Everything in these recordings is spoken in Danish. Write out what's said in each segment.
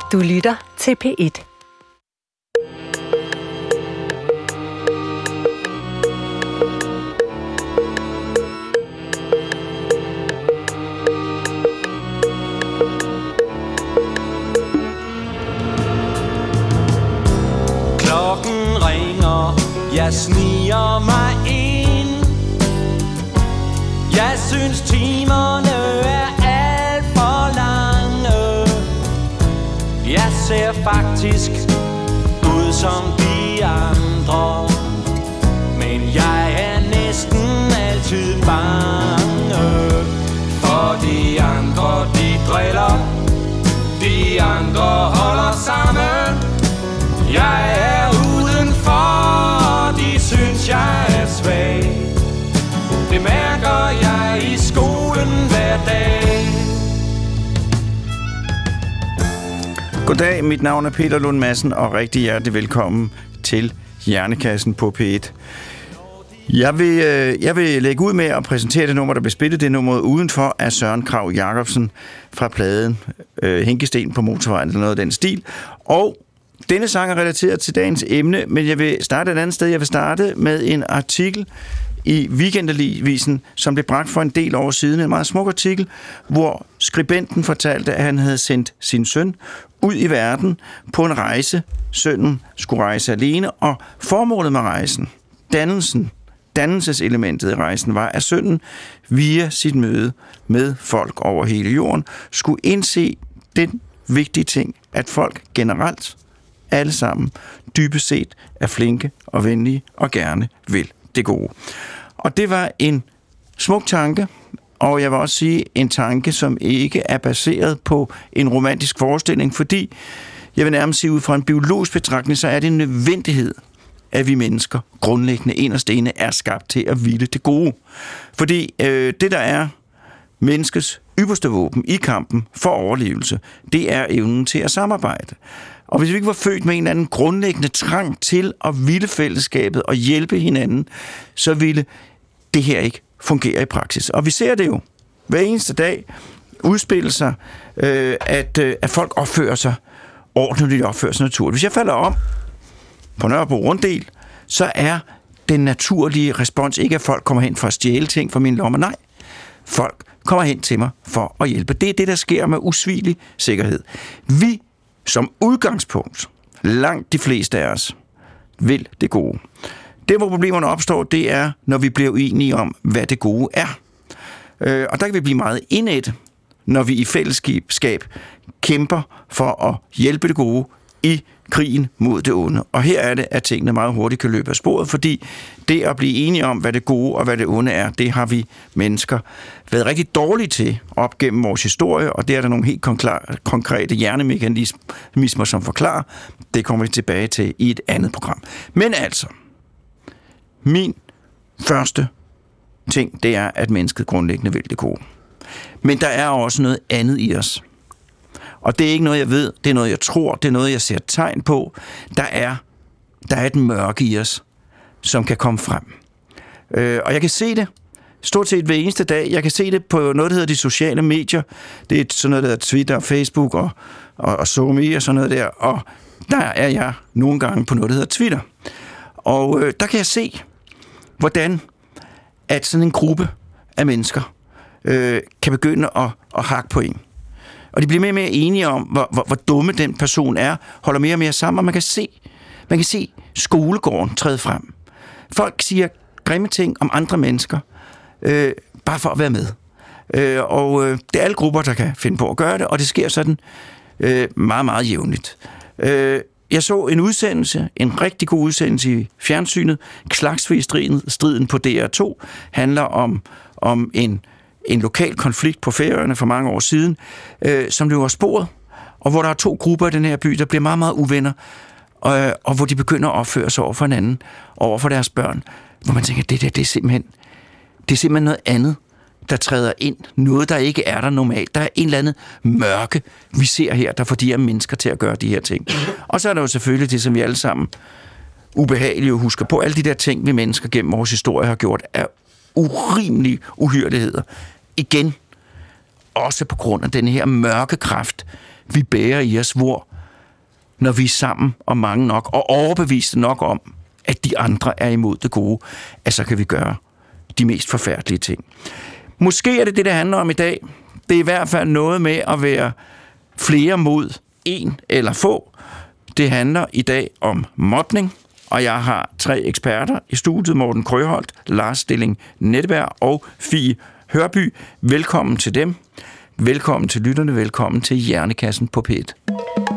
Du lytter til P1. Klokken ringer, jeg sniger mig ind. Jeg synes timerne er alt for lange. Jeg ser faktisk ud som de andre, men jeg er næsten altid bange. For de andre, de driller, de andre holder sammen. Jeg er udenfor, de synes jeg er svag. Det mærker jeg i skolen hver dag. Goddag, mit navn er Peter Lund Madsen, og rigtig hjertelig velkommen til Hjernekassen på P1. Jeg vil lægge ud med at præsentere det nummer, der blev spillet. Det nummer udenfor af Søren Kragh Jacobsen fra pladen Hænkesten på motorvejen, eller noget af den stil. Og denne sang er relateret til dagens emne, men jeg vil starte et andet sted. Jeg vil starte med en artikel i Weekendavisen, som blev bragt for en del år siden. En meget smuk artikel, hvor skribenten fortalte, at han havde sendt sin søn ud i verden på en rejse. Sønnen skulle rejse alene, og formålet med rejsen, dannelseselementet i rejsen, var, at sønnen via sit møde med folk over hele jorden skulle indse den vigtige ting, at folk generelt, alle sammen, dybest set er flinke og venlige og gerne vil det gode. Og det var en smuk tanke, og jeg vil også sige en tanke, som ikke er baseret på en romantisk forestilling, fordi jeg vil nærmest sige, ud fra en biologisk betragtning, så er det en nødvendighed, at vi mennesker grundlæggende inderst inde er skabt til at ville det gode. Fordi det, der er menneskets ypperste våben i kampen for overlevelse, det er evnen til at samarbejde. Og hvis vi ikke var født med en eller anden grundlæggende trang til at ville fællesskabet og hjælpe hinanden, så ville det her ikke fungere i praksis. Og vi ser det jo hver eneste dag udspille sig, at folk opfører sig ordentligt, opfører sig naturligt. Hvis jeg falder om på Nørrebro Runddel, så er den naturlige respons ikke, at folk kommer hen for at stjæle ting fra mine lommer. Nej, folk kommer hen til mig for at hjælpe. Det er det, der sker med usvigelig sikkerhed. Vi som udgangspunkt, langt de fleste af os, vil det gode. Det, hvor problemerne opstår, det er, når vi bliver uenige om, hvad det gode er. Og der kan vi blive meget indædte, når vi i fællesskab kæmper for at hjælpe det gode i krigen mod det onde. Og her er det, at tingene meget hurtigt kan løbe af sporet, fordi det at blive enige om, hvad det gode og hvad det onde er, det har vi mennesker været rigtig dårlige til op gennem vores historie, og det er der nogle helt konkrete hjernemekanismer, som forklarer. Det kommer vi tilbage til i et andet program. Men altså, min første ting, det er, at mennesket grundlæggende vil det gode. Men der er også noget andet i os. Og det er ikke noget, jeg ved, det er noget, jeg tror, det er noget, jeg ser tegn på. Der er et mørke i os, som kan komme frem. Og jeg kan se det stort set hver eneste dag. Jeg kan se det på noget, der hedder de sociale medier. Det er sådan noget, der hedder Twitter, Facebook og SoMe og sådan noget der. Og der er jeg nogle gange på noget, der hedder Twitter. Og der kan jeg se, hvordan at sådan en gruppe af mennesker kan begynde at hakke på en. Og de bliver mere og mere enige om, hvor dumme den person er, holder mere og mere sammen, og man kan se skolegården træde frem. Folk siger grimme ting om andre mennesker, bare for at være med. Og det er alle grupper, der kan finde på at gøre det, og det sker sådan meget, meget jævnligt. Jeg så en rigtig god udsendelse i fjernsynet. Klaksvig-striden på DR2 handler om en lokal konflikt på Færøerne for mange år siden, som løber sporet, og hvor der er to grupper i den her by, der bliver meget, meget uvenner, og hvor de begynder at opføre sig over for hinanden, over for deres børn, hvor man tænker, det er simpelthen noget andet, der træder ind. Noget, der ikke er der normalt. Der er en eller anden mørke, vi ser her, der får de her mennesker til at gøre de her ting. Og så er der jo selvfølgelig det, som vi alle sammen ubehageligt husker på. Alle de der ting, vi mennesker gennem vores historie har gjort, er urimelige uhyrligheder. Igen, også på grund af den her mørke kraft, vi bærer i os, hvor når vi er sammen og mange nok, og overbeviste nok om, at de andre er imod det gode, at så kan vi gøre de mest forfærdelige ting. Måske er det handler om i dag. Det er i hvert fald noget med at være flere mod en eller få. Det handler i dag om mobning, og jeg har 3 eksperter i studiet. Morten Krøholt, Lars Stilling Netteberg og Fie Hørby. Velkommen til dem. Velkommen til lytterne. Velkommen til Hjernekassen på P1.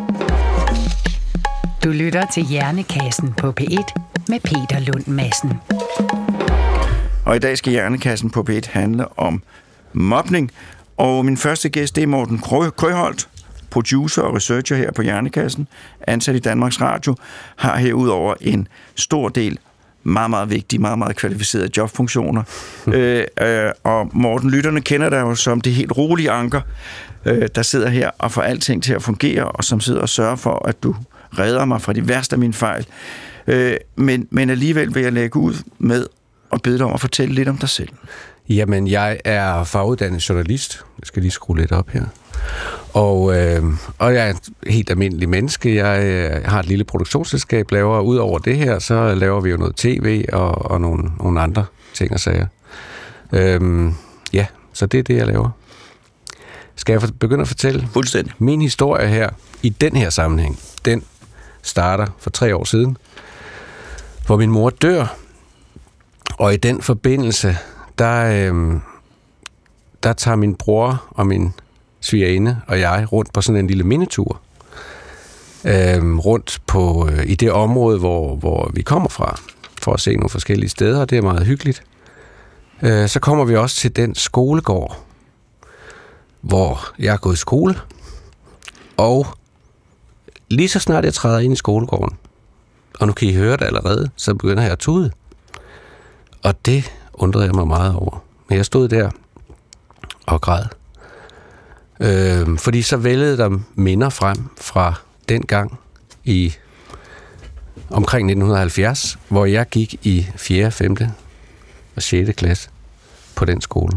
Du lytter til Hjernekassen på P1 med Peter Lund Madsen. Og i dag skal Hjernekassen på P1 handle om mobning. Og min første gæst, det er Morten Krøholt, producer og researcher her på Hjernekassen, ansat i Danmarks Radio, har herudover en stor del meget, meget vigtige, meget, meget kvalificerede jobfunktioner. Og Morten, lytterne kender dig jo som det helt rolige anker, der sidder her og får alting til at fungere, og som sidder og sørger for, at du redder mig fra de værste af mine fejl. Men alligevel vil jeg lægge ud med at bede dig om at fortælle lidt om dig selv. Jamen, jeg er faguddannet journalist. Jeg skal lige skrue lidt op her. Og jeg er et helt almindelig menneske. Jeg har et lille produktionsselskab, laver ud over det her, så laver vi jo noget tv og nogle andre ting og sager. Ja, så det er det, jeg laver. Skal jeg begynde at fortælle? Fuldstændig. Min historie her, i den her sammenhæng, den starter for 3 år siden, hvor min mor dør. Og i den forbindelse, der tager min bror og min svigerinde og jeg rundt på sådan en lille mindetur. Rundt på i det område, hvor vi kommer fra, for at se nogle forskellige steder, og det er meget hyggeligt. Så kommer vi også til den skolegård, hvor jeg er gået i skole, og lige så snart jeg træder ind i skolegården, og nu kan I høre det allerede, så begynder jeg at tude. Og det undrede jeg mig meget over. Men jeg stod der og græd. Fordi så vældede der minder frem fra den gang i omkring 1970, hvor jeg gik i 4., 5. og 6. klasse på den skole.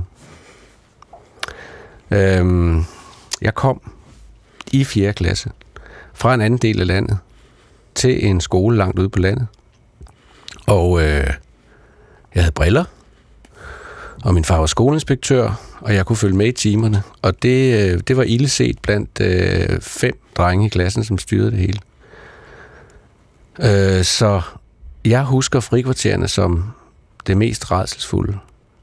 Jeg kom i 4. klasse fra en anden del af landet til en skole langt ude på landet. Og jeg havde briller, og min far var skoleinspektør, og jeg kunne følge med i timerne. Og det var ildset blandt 5 drenge i klassen, som styrede det hele. Så jeg husker frikvartererne som det mest rædselsfulde.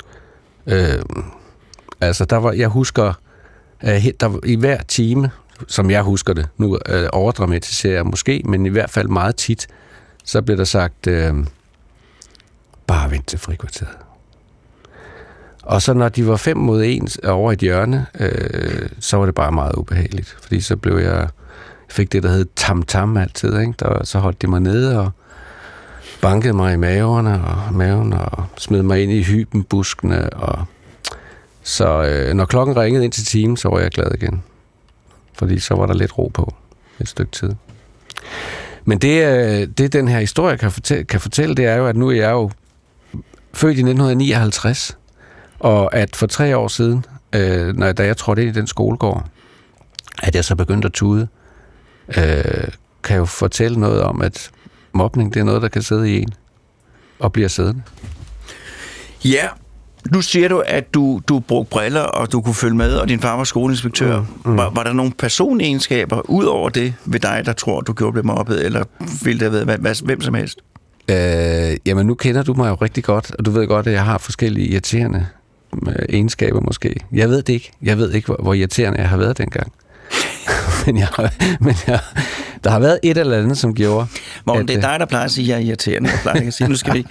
Jeg husker, i hver time, som jeg husker det, nu overdramatiserer jeg måske, men i hvert fald meget tit, så blev der sagt, bare vent til frikvarteret. Og så når de var 5 mod 1 over et hjørne, så var det bare meget ubehageligt. Fordi så blev jeg fik det, der hed tam-tam altid. Ikke? Så holdt de mig nede og bankede mig i maven og smed mig ind i hybenbuskene. Så når klokken ringede ind til timen, så var jeg glad igen. Fordi så var der lidt ro på et stykke tid. Men det den her historie kan fortælle, det er jo, at nu er jeg jo født i 1959, og at for 3 år siden, da jeg trådte ind i den skolegård, at jeg så begyndte at tude, kan jo fortælle noget om, at mobning, det er noget, der kan sidde i en, og bliver siddende. Ja, nu siger du, at du brugte briller, og du kunne følge med, og din far var skoleinspektør. Var der nogle personegenskaber, ud over det ved dig, der tror, du gjorde det mobbet, eller ville det have været hvem som helst? Jamen, nu kender du mig jo rigtig godt, og du ved godt, at jeg har forskellige irriterende egenskaber måske. Jeg ved det ikke. Jeg ved ikke, hvor irriterende jeg har været dengang. men der har været et eller andet, som gjorde... Morten, det er dig, der plejer at sige, at jeg er irriterende. Jeg plejer ikke at sige, nu skal vi...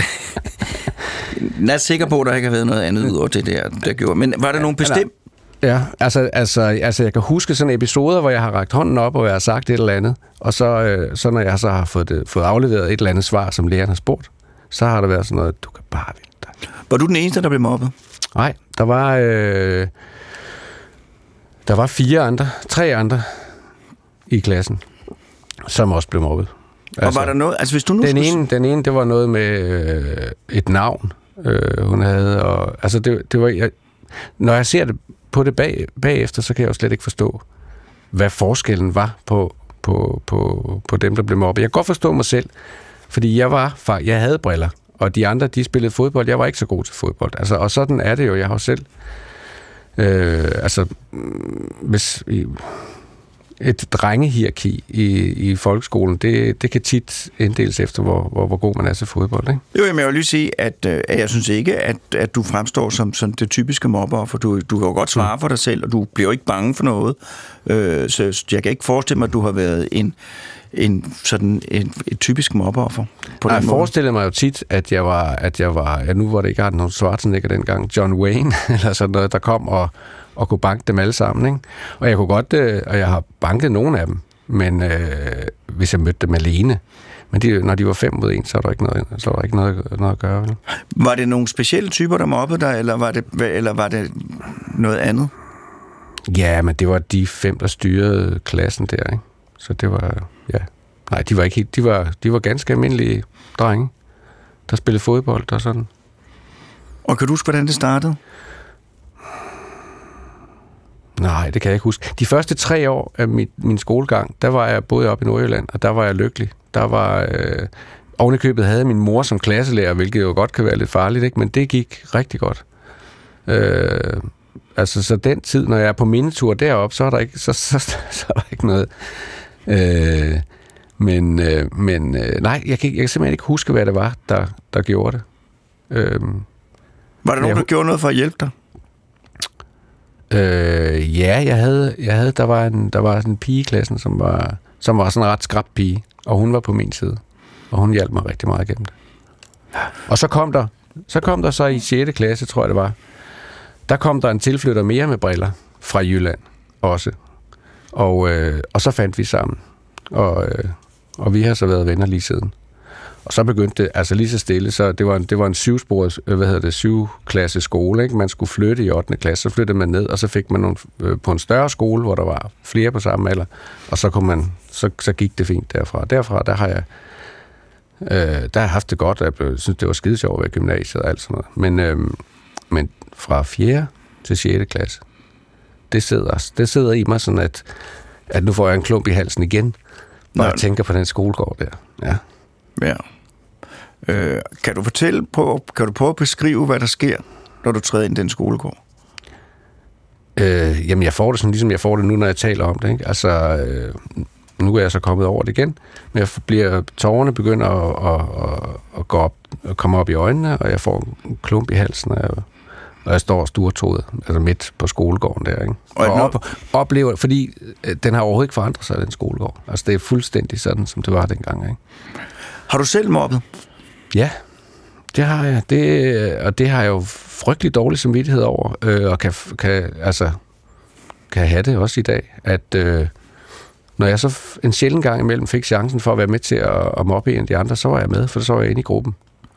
Jeg er sikker på, at der ikke har været noget andet ud over det der gjorde. Men var der nogen bestemt... Ja, altså jeg kan huske sådan episoder, hvor jeg har rakt hånden op, og jeg har sagt et eller andet, og så når jeg så har fået afleveret et eller andet svar, som læreren har spurgt, så har der været sådan noget, du kan bare vente dig. Var du den eneste, der blev mobbet? Nej, der var 3 andre i klassen, som også blev mobbet. Og var der noget, altså hvis du nu den ene, det var noget med et navn, hun havde, og altså det var, når jeg ser det på det bagefter, så kan jeg jo slet ikke forstå, hvad forskellen var på på dem, der blev mobbet. Jeg kan godt forstå mig selv, fordi jeg havde briller, og de andre, de spillede fodbold. Jeg var ikke så god til fodbold. Altså, og sådan er det jo. Jeg har jo selv hvis et drengehierarki i folkeskolen, det kan tit inddeles efter, hvor god man er til fodbold, ikke? Jo, men jeg vil lige sige, at jeg synes ikke, at du fremstår som det typiske mobber, for du kan jo godt svare for dig selv, og du bliver jo ikke bange for noget. Så jeg kan ikke forestille mig, at du har været et typisk mobberoffer på den måde. Jeg forestillede mig jo tit, at jeg var nu var det ikke nogen Schwarzenegger dengang, John Wayne, eller sådan noget, der kom og kunne banke dem alle sammen, ikke? Og jeg kunne godt, og jeg har banket nogle af dem, men hvis jeg mødte dem alene. Men når de var 5 mod 1, så var der ikke noget at gøre, vel? Var det nogle specielle typer, der mobbede dig, eller var det noget andet? Ja, men det var de 5, der styrede klassen der, ikke? Så det var, ja. Nej, de var ikke helt, de var ganske almindelige drenge, der spillede fodbold og sådan. Og kan du huske, hvordan det startede? Nej, det kan jeg ikke huske. De første 3 år af min skolegang, der var jeg boede oppe i Nordjylland, og der var jeg lykkelig. Der var ovenikøbet havde min mor som klasselærer, hvilket jo godt kan være lidt farligt, ikke? Men det gik rigtig godt. Altså, så den tid, når jeg er på mindetur deroppe, så er der ikke, så er der ikke noget. Nej, jeg kan simpelthen ikke huske, hvad det var, der gjorde det. Var der nogen, der gjorde noget for at hjælpe dig? Ja, jeg havde der var sådan en pige i klassen, som var sådan en ret skrap pige, og hun var på min side, og hun hjalp mig rigtig meget igennem det. Og så kom der så i 6. klasse, tror jeg det var, der kom der en tilflytter mere med briller fra Jylland også, og så fandt vi sammen, og vi har så været venner lige siden. Og så begyndte det, altså lige så stille, så det var en 7-sporet, 7-klasse skole, ikke? Man skulle flytte i 8. klasse, så flyttede man ned, og så fik man nogle på en større skole, hvor der var flere på samme alder, og så gik det fint derfra. Derfra, der har jeg haft det godt, og jeg synes, det var skide sjovt ved gymnasiet og alt sådan noget. Men fra 4. til 6. klasse, det sidder i mig sådan, at nu får jeg en klump i halsen igen, når jeg tænker på den skolegård der. Ja. Ja. Kan du prøve at beskrive, hvad der sker, når du træder ind i den skolegård? Jamen, jeg får det sådan, ligesom jeg får det nu, når jeg taler om det, ikke? Altså, nu er jeg så kommet over det igen, men tårerne begynder at gå op, og komme op i øjnene, og jeg får en klump i halsen, og jeg står stortodet, altså midt på skolegården der, ikke? Og oplever, fordi den har overhovedet ikke forandret sig, den skolegård. Altså, det er fuldstændig sådan, som det var dengang, ikke? Har du selv mobbet? Ja, det har jeg. Det har jeg jo frygtelig dårlig samvittighed over, og kan have det også i dag, at når jeg så en sjælden gang imellem fik chancen for at være med til at mobbe en af de andre, så var jeg med, for så var jeg inde i gruppen.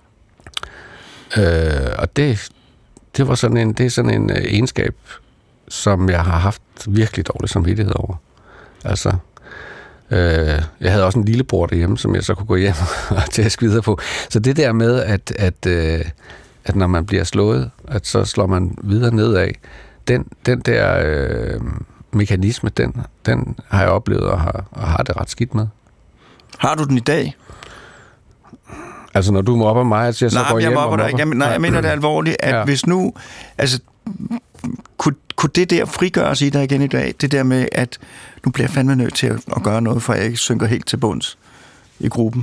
Og det var sådan en egenskab, som jeg har haft virkelig dårlig samvittighed over. Altså, jeg havde også en lillebror derhjemme, som jeg så kunne gå hjem og tæske videre på. Så det der med, at når man bliver slået, at så slår man videre nedad, den der mekanisme, den har jeg oplevet og har det ret skidt med. Har du den i dag? Altså, når du mobber mig, at jeg så går hjem og mobber? Jeg mener det alvorligt, at hvis nu... Altså, kunne det der frigøres i dig igen i dag? Det der med, at nu bliver jeg fandme nødt til at gøre noget, for jeg ikke synker helt til bunds i gruppen?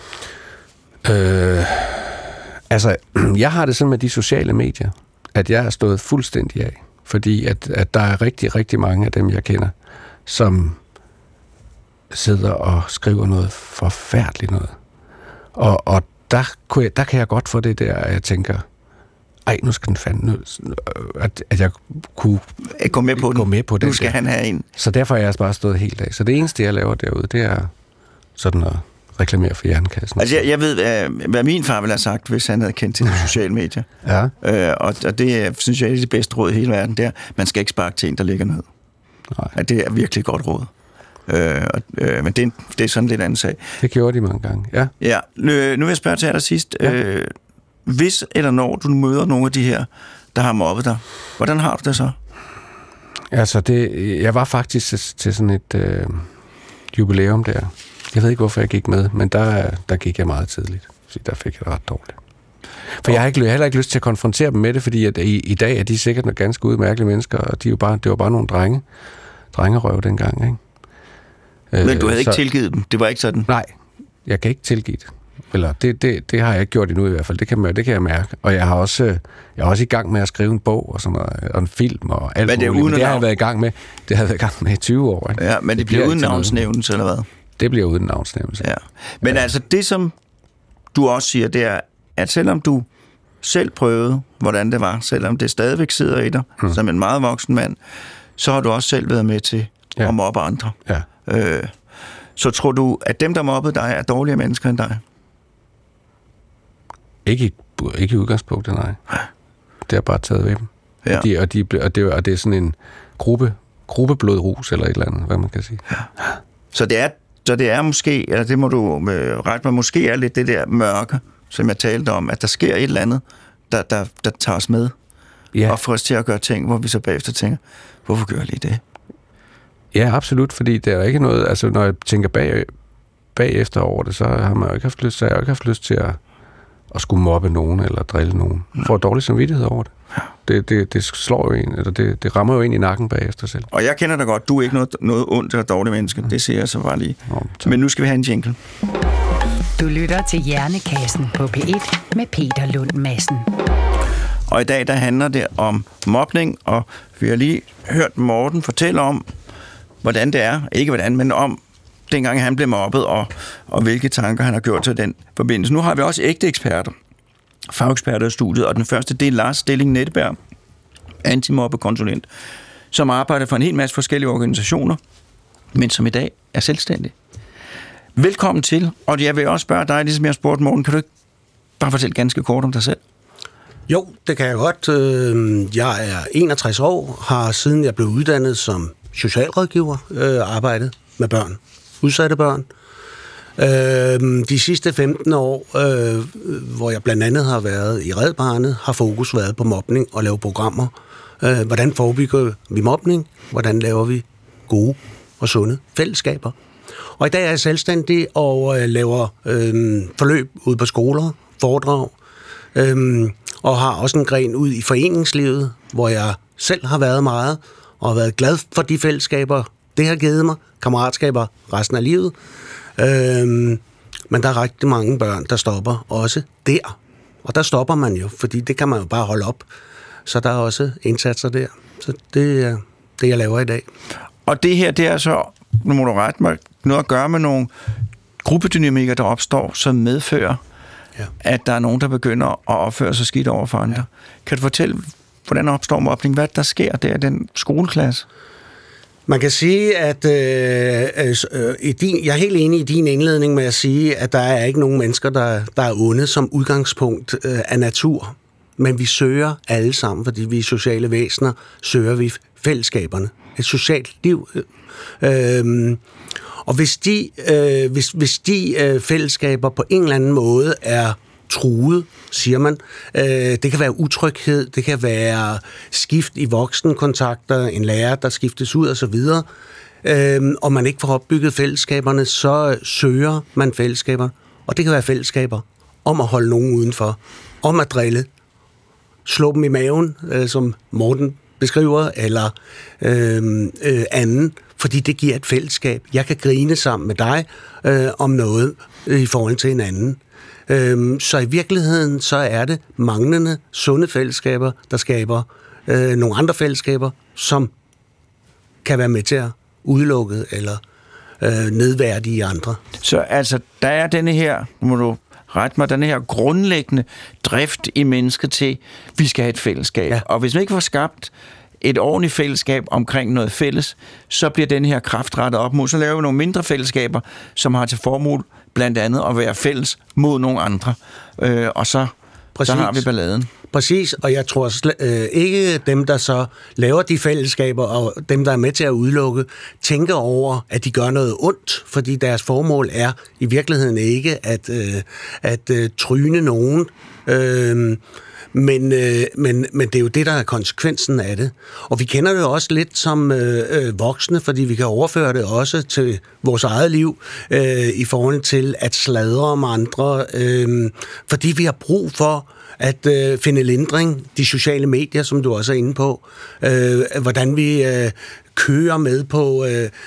Altså, jeg har det sådan med de sociale medier, at jeg er stået fuldstændig af. Fordi at der er rigtig, rigtig mange af dem, jeg kender, som sidder og skriver noget forfærdeligt noget. Og der kan jeg godt få det der, at jeg tænker, nu skal den fandme, at jeg kunne gå med på den. Nu skal der. Han have en. Så derfor er jeg bare stået helt af. Så det eneste, jeg laver derude, det er sådan at reklamere for Hjernekassen. Altså, jeg ved, hvad min far ville have sagt, hvis han havde kendt til de sociale medier. Ja. Og det synes jeg er det bedste råd i hele verden, det er, man skal ikke sparke til en, der ligger ned. Nej. At det er virkelig godt råd. Men det er sådan lidt anden sag. Det gjorde de mange gange, ja. Ja, nu vil jeg spørge til allersidst. Ja. Hvis eller når du møder nogle af de her, der har mobbet dig, hvordan har du det så? Altså, jeg var faktisk til sådan et... jubilæum der. Jeg ved ikke, hvorfor jeg gik med, men der gik jeg meget tidligt. Så der fik jeg det ret dårligt. For jeg har heller ikke lyst til at konfrontere dem med det, fordi at i dag er de sikkert nogle ganske udmærkelige mennesker, og det var bare nogle drengerøv dengang, ikke? Men du havde ikke tilgivet dem? Det var ikke sådan? Nej, jeg kan ikke tilgive det. Eller det har jeg ikke gjort endnu i hvert fald. Det kan jeg mærke. Og jeg er også i gang med at skrive en bog og sådan noget, og en film og alt muligt. Men det har jeg været i gang med. Det har jeg været i gang med i 20 år. Ikke? Ja, men det bliver uden navnsnævnelse, eller hvad? Det bliver uden navnsnævnelse. Ja. Men altså det, som du også siger, det er, at selvom du selv prøvede, hvordan det var, selvom det stadigvæk sidder i dig, som en meget voksen mand, så har du også selv været med til at mobbe andre. Ja. Så tror du, at dem, der mobbede dig, er dårligere mennesker end dig? Ikke i udgangspunktet, nej. Det er bare taget ved dem. Ja. Og det er sådan en gruppeblodrus eller et eller andet, hvad man kan sige. Ja. Så det er måske, eller det må du rette mig, måske er lidt det der mørke, som jeg talte om, at der sker et eller andet, der tager os med, og får os til at gøre ting, hvor vi så bagefter tænker, hvorfor gør jeg lige det? Ja, absolut, fordi det er ikke noget, altså når jeg tænker bagefter over det, så har man jo ikke haft lyst, til at skulle mobbe nogen eller drille nogen. Får dårlig samvittighed over det. Det slår jo en, eller det rammer jo en i nakken bagefter selv. Og jeg kender dig godt, du er ikke noget ondt eller dårligt menneske, det siger jeg så bare lige. Men nu skal vi have en jingle. Du lytter til Hjernekassen på P1 med Peter Lund Madsen. Og i dag, der handler det om mobning, og vi har lige hørt Morten fortælle om, hvordan det er, ikke hvordan, men om dengang han blev mobbet, og hvilke tanker han har gjort til den forbindelse. Nu har vi også ægte eksperter, fageksperter i studiet, og den første, det er Lars Stilling Netteberg, antimobbekonsulent, som arbejder for en hel masse forskellige organisationer, men som i dag er selvstændig. Velkommen til, og jeg vil også spørge dig, ligesom jeg spurgte Morten, kan du ikke bare fortælle ganske kort om dig selv? Jo, det kan jeg godt. Jeg er 61 år, har siden jeg blev uddannet som socialrådgiver arbejdet med børn, udsatte børn. De sidste 15 år, hvor jeg blandt andet har været i Red Barnet, har fokus været på mobning og lave programmer. Hvordan forebygger vi mobning? Hvordan laver vi gode og sunde fællesskaber? Og i dag er jeg selvstændig og laver forløb ude på skoler, foredrag, og har også en gren ud i foreningslivet, hvor jeg selv har været meget, og har været glad for de fællesskaber, det har givet mig, kammeratskaber resten af livet. Men der er rigtig mange børn, der stopper også der. Og der stopper man jo, fordi det kan man jo bare holde op. Så der er også indsatser der. Så det er det, jeg laver i dag. Og det her, det er så, nu må du rette mig, noget at gøre med nogle gruppedynamikker, der opstår, som medfører, at der er nogen, der begynder at opføre sig skidt over for andre. Ja. Kan du fortælle, hvordan opstår mobning? Hvad der sker der i den skoleklasse? Man kan sige, at jeg er helt enig i din indledning med at sige, at der er ikke nogen mennesker, der er onde som udgangspunkt af natur. Men vi søger alle sammen, fordi vi er sociale væsener, søger vi fællesskaberne. Et socialt liv. Og hvis de fællesskaber på en eller anden måde er truet, siger man. Det kan være utryghed, det kan være skift i voksenkontakter, en lærer, der skiftes ud osv. Og man ikke får opbygget fællesskaberne, så søger man fællesskaber. Og det kan være fællesskaber om at holde nogen udenfor, om at drille, slå dem i maven, som Morten beskriver, eller anden, fordi det giver et fællesskab. Jeg kan grine sammen med dig om noget i forhold til en anden. Så i virkeligheden, så er det manglende sunde fællesskaber, der skaber nogle andre fællesskaber, som kan være med til at udelukke eller nedværdige andre. Så altså, der er denne her, må du rette mig, den her grundlæggende drift i mennesket til, vi skal have et fællesskab. Ja. Og hvis man ikke får skabt et ordentligt fællesskab omkring noget fælles, så bliver den her kraft rettet op mod. Så laver vi nogle mindre fællesskaber, som har til formål blandt andet at være fælles mod nogle andre. Og så har vi balladen. Præcis, og jeg tror ikke dem, der så laver de fællesskaber, og dem, der er med til at udelukke, tænker over, at de gør noget ondt, fordi deres formål er i virkeligheden ikke at tryne nogen, Men det er jo det, der er konsekvensen af det. Og vi kender det også lidt som voksne, fordi vi kan overføre det også til vores eget liv i forhold til at sladre om andre, fordi vi har brug for at finde lindring, de sociale medier, som du også er inde på, hvordan vi kører med på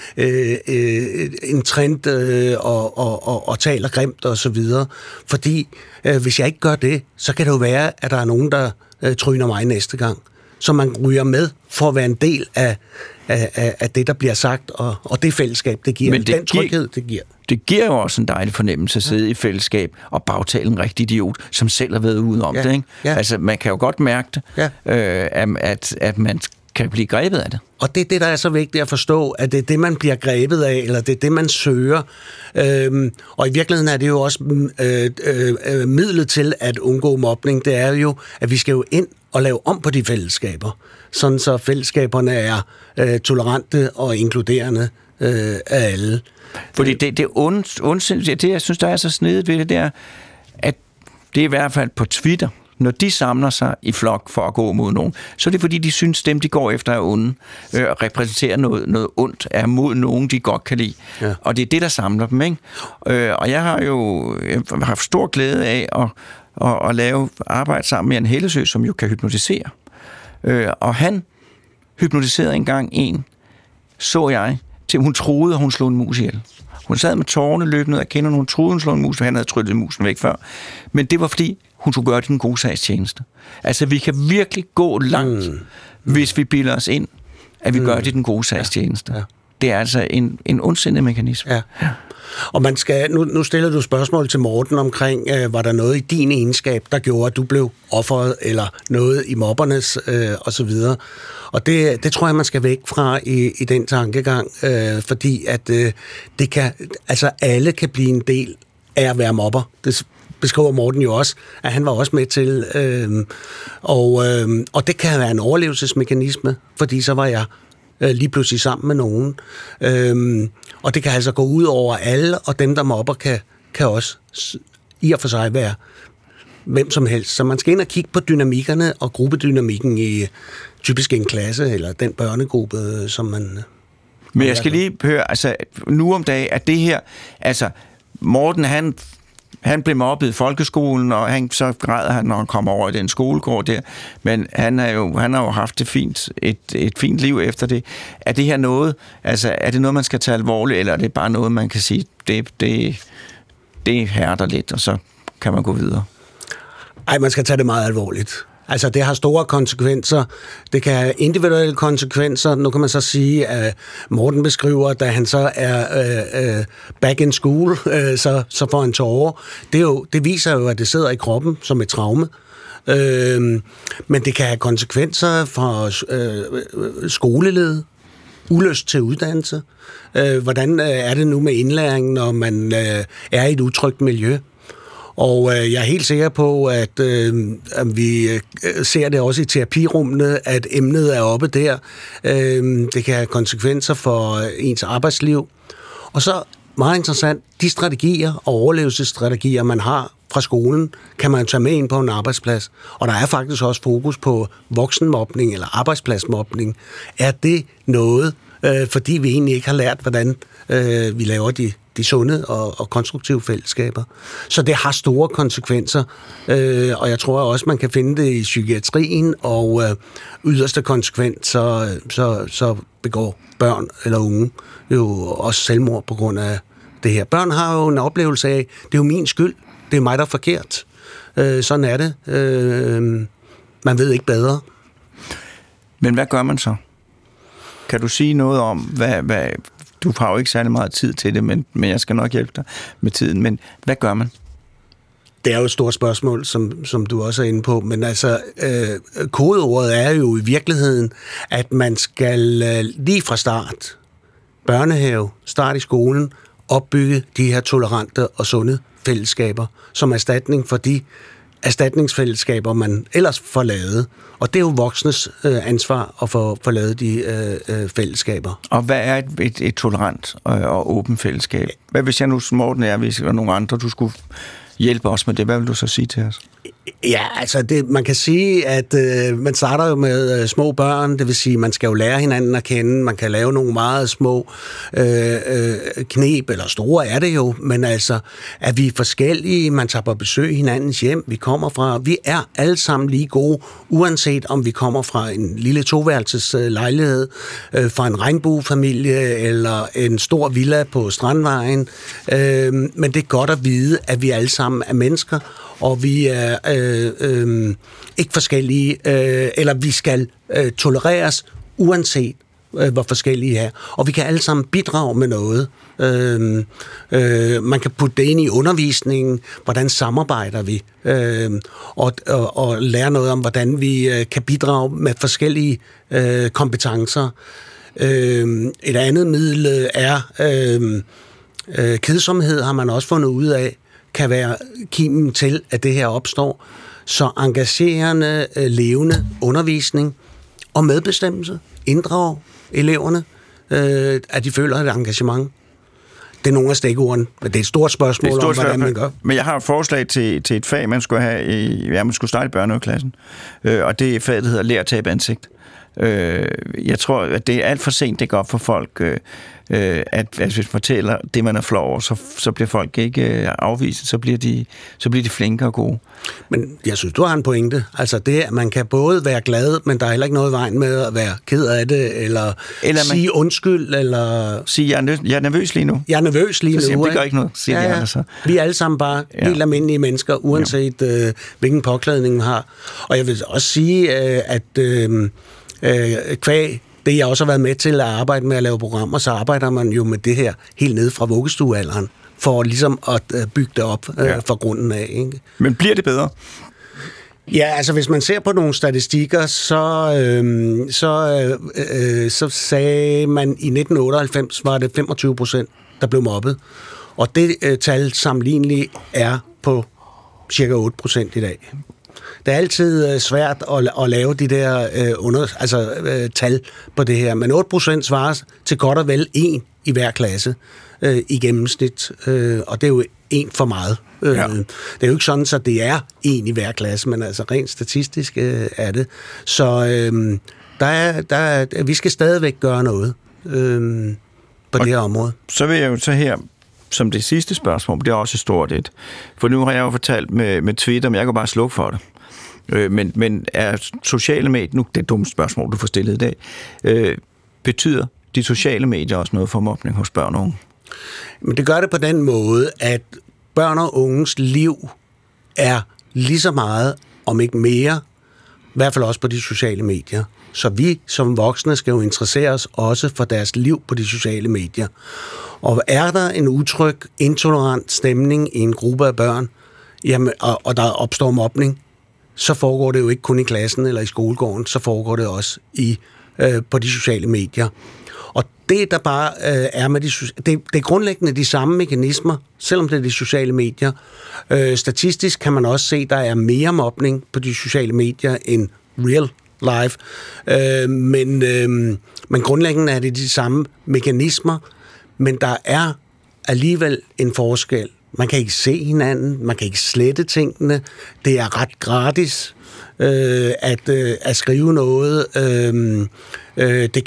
en trend og taler grimt og så videre. Fordi hvis jeg ikke gør det, så kan det jo være, at der er nogen, der tryner mig næste gang. Så man ryger med for at være en del af det, der bliver sagt, og det fællesskab, det giver. Men den tryghed, det giver. Det giver jo også en dejlig fornemmelse at sidde i fællesskab og bagtale en rigtig idiot, som selv har været ude om det. Ikke? Ja. Altså, man kan jo godt mærke det, at man kan blive grebet af det. Og det er det, der er så vigtigt at forstå, at det er det, man bliver grebet af, eller det er det, man søger. Og i virkeligheden er det jo også midlet til at undgå mobning. Det er jo, at vi skal jo ind og lave om på de fællesskaber, sådan så fællesskaberne er tolerante og inkluderende af alle. Fordi det jeg synes, der er så snedigt ved det, der, at det er i hvert fald på Twitter, når de samler sig i flok for at gå mod nogen, så er det fordi, de synes, dem de går efter er onde, repræsenterer noget ondt, er mod nogen, de godt kan lide. Ja. Og det er det, der samler dem, ikke? Og jeg har jo haft stor glæde af at lave arbejde sammen med en Hellesø, som jo kan hypnotisere. Og han hypnotiserede engang så jeg, til hun troede, at hun slog en mus ihjel. Hun sad med tårerne løbende ned af kinderne, hun troede, hun slog en mus, for han havde tryllet musen væk før. Men det var fordi, hun skulle gøre det den gode sags tjeneste. Altså, vi kan virkelig gå langt, hvis vi bilder os ind, at vi gør det den gode sags tjeneste. Ja. Det er altså en ondsindet mekanisme. Ja. Og man skal, nu stiller du spørgsmål til Morten omkring, var der noget i din egenskab, der gjorde, at du blev offeret, eller noget i mobbernes, og så videre. Og det tror jeg, man skal væk fra i den tankegang, fordi at det kan, altså alle kan blive en del af at være mobber. Det beskriver Morten jo også, at han var også med til, og det kan være en overlevelsesmekanisme, fordi så var jeg lige pludselig sammen med nogen. Og det kan altså gå ud over alle, og dem, der mobber, kan også i og for sig være hvem som helst. Så man skal ind og kigge på dynamikkerne og gruppedynamikken i typisk en klasse, eller den børnegruppe, som man... Men jeg skal lige høre, altså nu om dagen, at det her, altså Morten, han blev mobbet i folkeskolen, og så græder han, når han kommer over i den skolegård der. Men han har jo haft et fint liv efter det. Er det her noget, altså er det noget, man skal tage alvorligt, eller er det bare noget, man kan sige, det hærder lidt, og så kan man gå videre? Ej, man skal tage det meget alvorligt. Altså, det har store konsekvenser. Det kan have individuelle konsekvenser. Nu kan man så sige, at Morten beskriver, da han så er back in school, så får han tårer. Det viser jo, at det sidder i kroppen som et traume. Men det kan have konsekvenser for skoleled, ulyst til uddannelse. Hvordan er det nu med indlæring, når man er i et utrygt miljø? Og jeg er helt sikker på, at vi ser det også i terapirummene, at emnet er oppe der. Det kan have konsekvenser for ens arbejdsliv. Og så meget interessant, de strategier og overlevelsesstrategier, man har fra skolen, kan man tage med ind på en arbejdsplads. Og der er faktisk også fokus på voksenmobning eller arbejdspladsmobning. Er det noget, fordi vi egentlig ikke har lært, hvordan vi laver de sunde og konstruktive fællesskaber. Så det har store konsekvenser, og jeg tror også, man kan finde det i psykiatrien, og yderste konsekvens, så begår børn eller unge jo også selvmord på grund af det her. Børn har jo en oplevelse af, det er jo min skyld, det er mig, der er forkert. Sådan er det. Man ved ikke bedre. Men hvad gør man så? Kan du sige noget om, hvad du har jo ikke særlig meget tid til det, men jeg skal nok hjælpe dig med tiden. Men hvad gør man? Det er jo et stort spørgsmål, som du også er inde på, men altså, kodeordet er jo i virkeligheden, at man skal lige fra start, børnehave, start i skolen, opbygge de her tolerante og sunde fællesskaber, som erstatning for de erstatningsfællesskaber, man ellers får lavet. Og det er jo voksnes ansvar at få lavet de fællesskaber. Og hvad er et tolerant og åbent fællesskab? Hvad hvis jeg nu, Morten, hvis der er nogle andre, du skulle hjælpe os med det, hvad vil du så sige til os? Ja, altså man kan sige, at man starter jo med små børn, det vil sige, man skal jo lære hinanden at kende, man kan lave nogle meget små kneb, eller store er det jo, men altså, at vi er forskellige, man tager på besøg hinandens hjem, vi er alle sammen lige gode, uanset om vi kommer fra en lille 2-værelses lejlighed, fra en regnbuefamilie, eller en stor villa på Strandvejen, men det er godt at vide, at vi alle sammen er mennesker, og vi er ikke forskellige, eller vi skal tolereres, uanset hvor forskellige vi er. Og vi kan alle sammen bidrage med noget. Man kan putte det ind i undervisningen, hvordan samarbejder vi, og lære noget om, hvordan vi kan bidrage med forskellige kompetencer. Et andet middel er kedsomhed, har man også fundet ud af, kan være kimen til, at det her opstår. Så engagerende, levende undervisning og medbestemmelse, inddrage eleverne, at de føler et engagement. Det er nogle af stikordene, men det er et stort spørgsmål om, hvordan man gør. Men jeg har et forslag til et fag, man skulle have man skulle starte i børnehaveklassen, og det er faget, der hedder Lær at tabe ansigt. Jeg tror, at det er alt for sent, det går op for folk, at hvis man fortæller det, man er flov over, så bliver folk ikke afvist, så bliver de flinke og gode. Men jeg synes, du har en pointe. Altså det, at man kan både være glad, men der er heller ikke noget i vejen med at være ked af det, eller sige undskyld, eller sige, jeg er nervøs lige nu. Jeg er nervøs lige nu. Det gør ikke noget, siger de andre så. Vi er alle sammen bare helt almindelige mennesker, uanset hvilken påklædning man har. Og jeg vil også sige, at kvæg det, jeg også har været med til at arbejde med at lave programmer, så arbejder man jo med det her helt nede fra vuggestuealderen, for ligesom at bygge det op fra grunden af. Ikke? Men bliver det bedre? Ja, altså hvis man ser på nogle statistikker, så sagde man i 1998, var det 25%, der blev mobbet. Og det tal sammenligneligt er på cirka 8% i dag. Det er altid svært at lave de der tal på det her, men 8% svarer til godt og vel 1 i hver klasse i gennemsnit, og det er jo 1 for meget. Ja. Det er jo ikke sådan, så det er 1 i hver klasse, men altså rent statistisk er det. Så vi skal stadigvæk gøre noget på det her område. Så vil jeg jo så her som det sidste spørgsmål, det er også et stort et. For nu har jeg jo fortalt med Twitter, men jeg kan bare slukke for det. Men er sociale medier, nu det er et dumt spørgsmål, du får stillet i dag, betyder de sociale medier også noget for mobning hos børn og unge? Men det gør det på den måde, at børn og unges liv er lige så meget, om ikke mere, i hvert fald også på de sociale medier. Så vi som voksne skal jo interessere os også for deres liv på de sociale medier. Og er der en utryg, intolerant stemning i en gruppe af børn, jamen, og der opstår mobning, så foregår det jo ikke kun i klassen eller i skolegården, så foregår det også på de sociale medier. Og det, der bare er med det er grundlæggende de samme mekanismer, selvom det er de sociale medier. Statistisk kan man også se, at der er mere mobning på de sociale medier end real life. Men grundlæggende er det de samme mekanismer, men der er alligevel en forskel. Man kan ikke se hinanden, man kan ikke slette tingene. Det er ret gratis at skrive noget. Det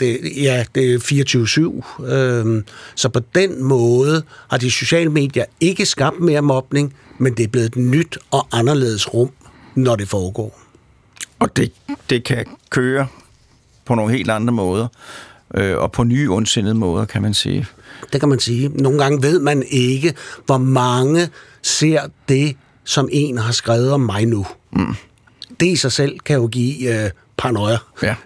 er 24/7. Så på den måde har de sociale medier ikke skabt mere mobning, men det er blevet et nyt og anderledes rum, når det foregår. Og det kan køre på nogle helt andre måder, og på nye ondsindede måder, kan man sige. Det kan man sige. Nogle gange ved man ikke, hvor mange ser det, som en har skrevet om mig nu. Mm. Det i sig selv kan jo give paranoia,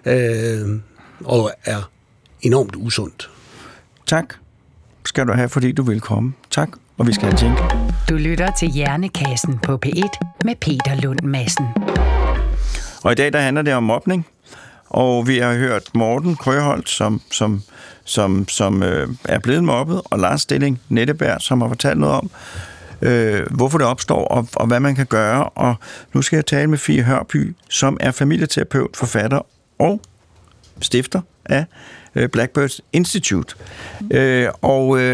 og er enormt usundt. Tak skal du have, fordi du vil komme. Tak, og vi skal have tænke. Du lytter til Hjernekassen på P1 med Peter Lund Madsen. Og i dag der handler det om mobning, og vi har hørt Morten Krøholt, som er blevet mobbet, og Lars Stilling Netteberg, som har fortalt noget om, hvorfor det opstår, og hvad man kan gøre. Og nu skal jeg tale med Fie Hørby, som er familieterapeut, forfatter og stifter af Blackbird Institute.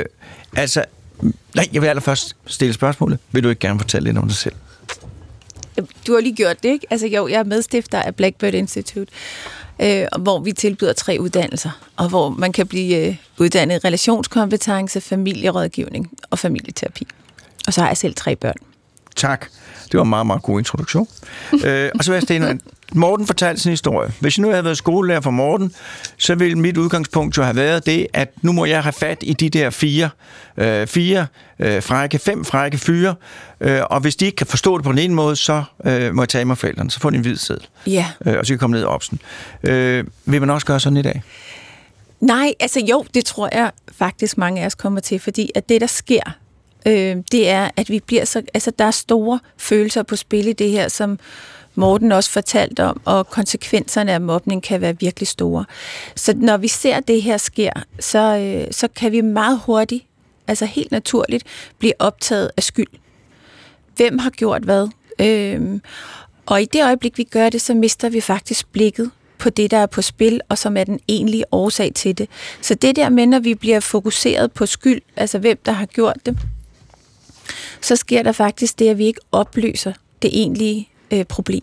Jeg vil allerførst stille spørgsmålet. Vil du ikke gerne fortælle lidt om dig selv? du har lige gjort det, ikke? Altså jo, jeg er medstifter af Blackbird Institute, hvor vi tilbyder 3 uddannelser, og hvor man kan blive uddannet i relationskompetence, familierådgivning og familieterapi. Og så har jeg selv 3 børn. Tak. Det var en meget, meget god introduktion. Og så vil jeg stille Morten fortalte sin historie. Hvis jeg nu havde været skolelærer for Morten, så ville mit udgangspunkt jo have været det, at nu må jeg have fat i de der 5 frække fyre, og hvis de ikke kan forstå det på den ene måde, så må jeg tage mig forældrene, så får de en hvid seddel. Ja. Og så kan komme ned i opsen. Vil man også gøre sådan i dag? Nej, altså jo, det tror jeg faktisk mange af os kommer til, fordi at det, der sker, det er, at vi bliver så... Altså, der er store følelser på spil i det her, som Morten også fortalte om, og konsekvenserne af mobning kan være virkelig store. Så når vi ser det her sker, så kan vi meget hurtigt, altså helt naturligt, blive optaget af skyld. Hvem har gjort hvad? Og i det øjeblik, vi gør det, så mister vi faktisk blikket på det, der er på spil, og som er den egentlige årsag til det. Så det der med, når vi bliver fokuseret på skyld, altså hvem der har gjort det, så sker der faktisk det, at vi ikke opløser det egentlige problem.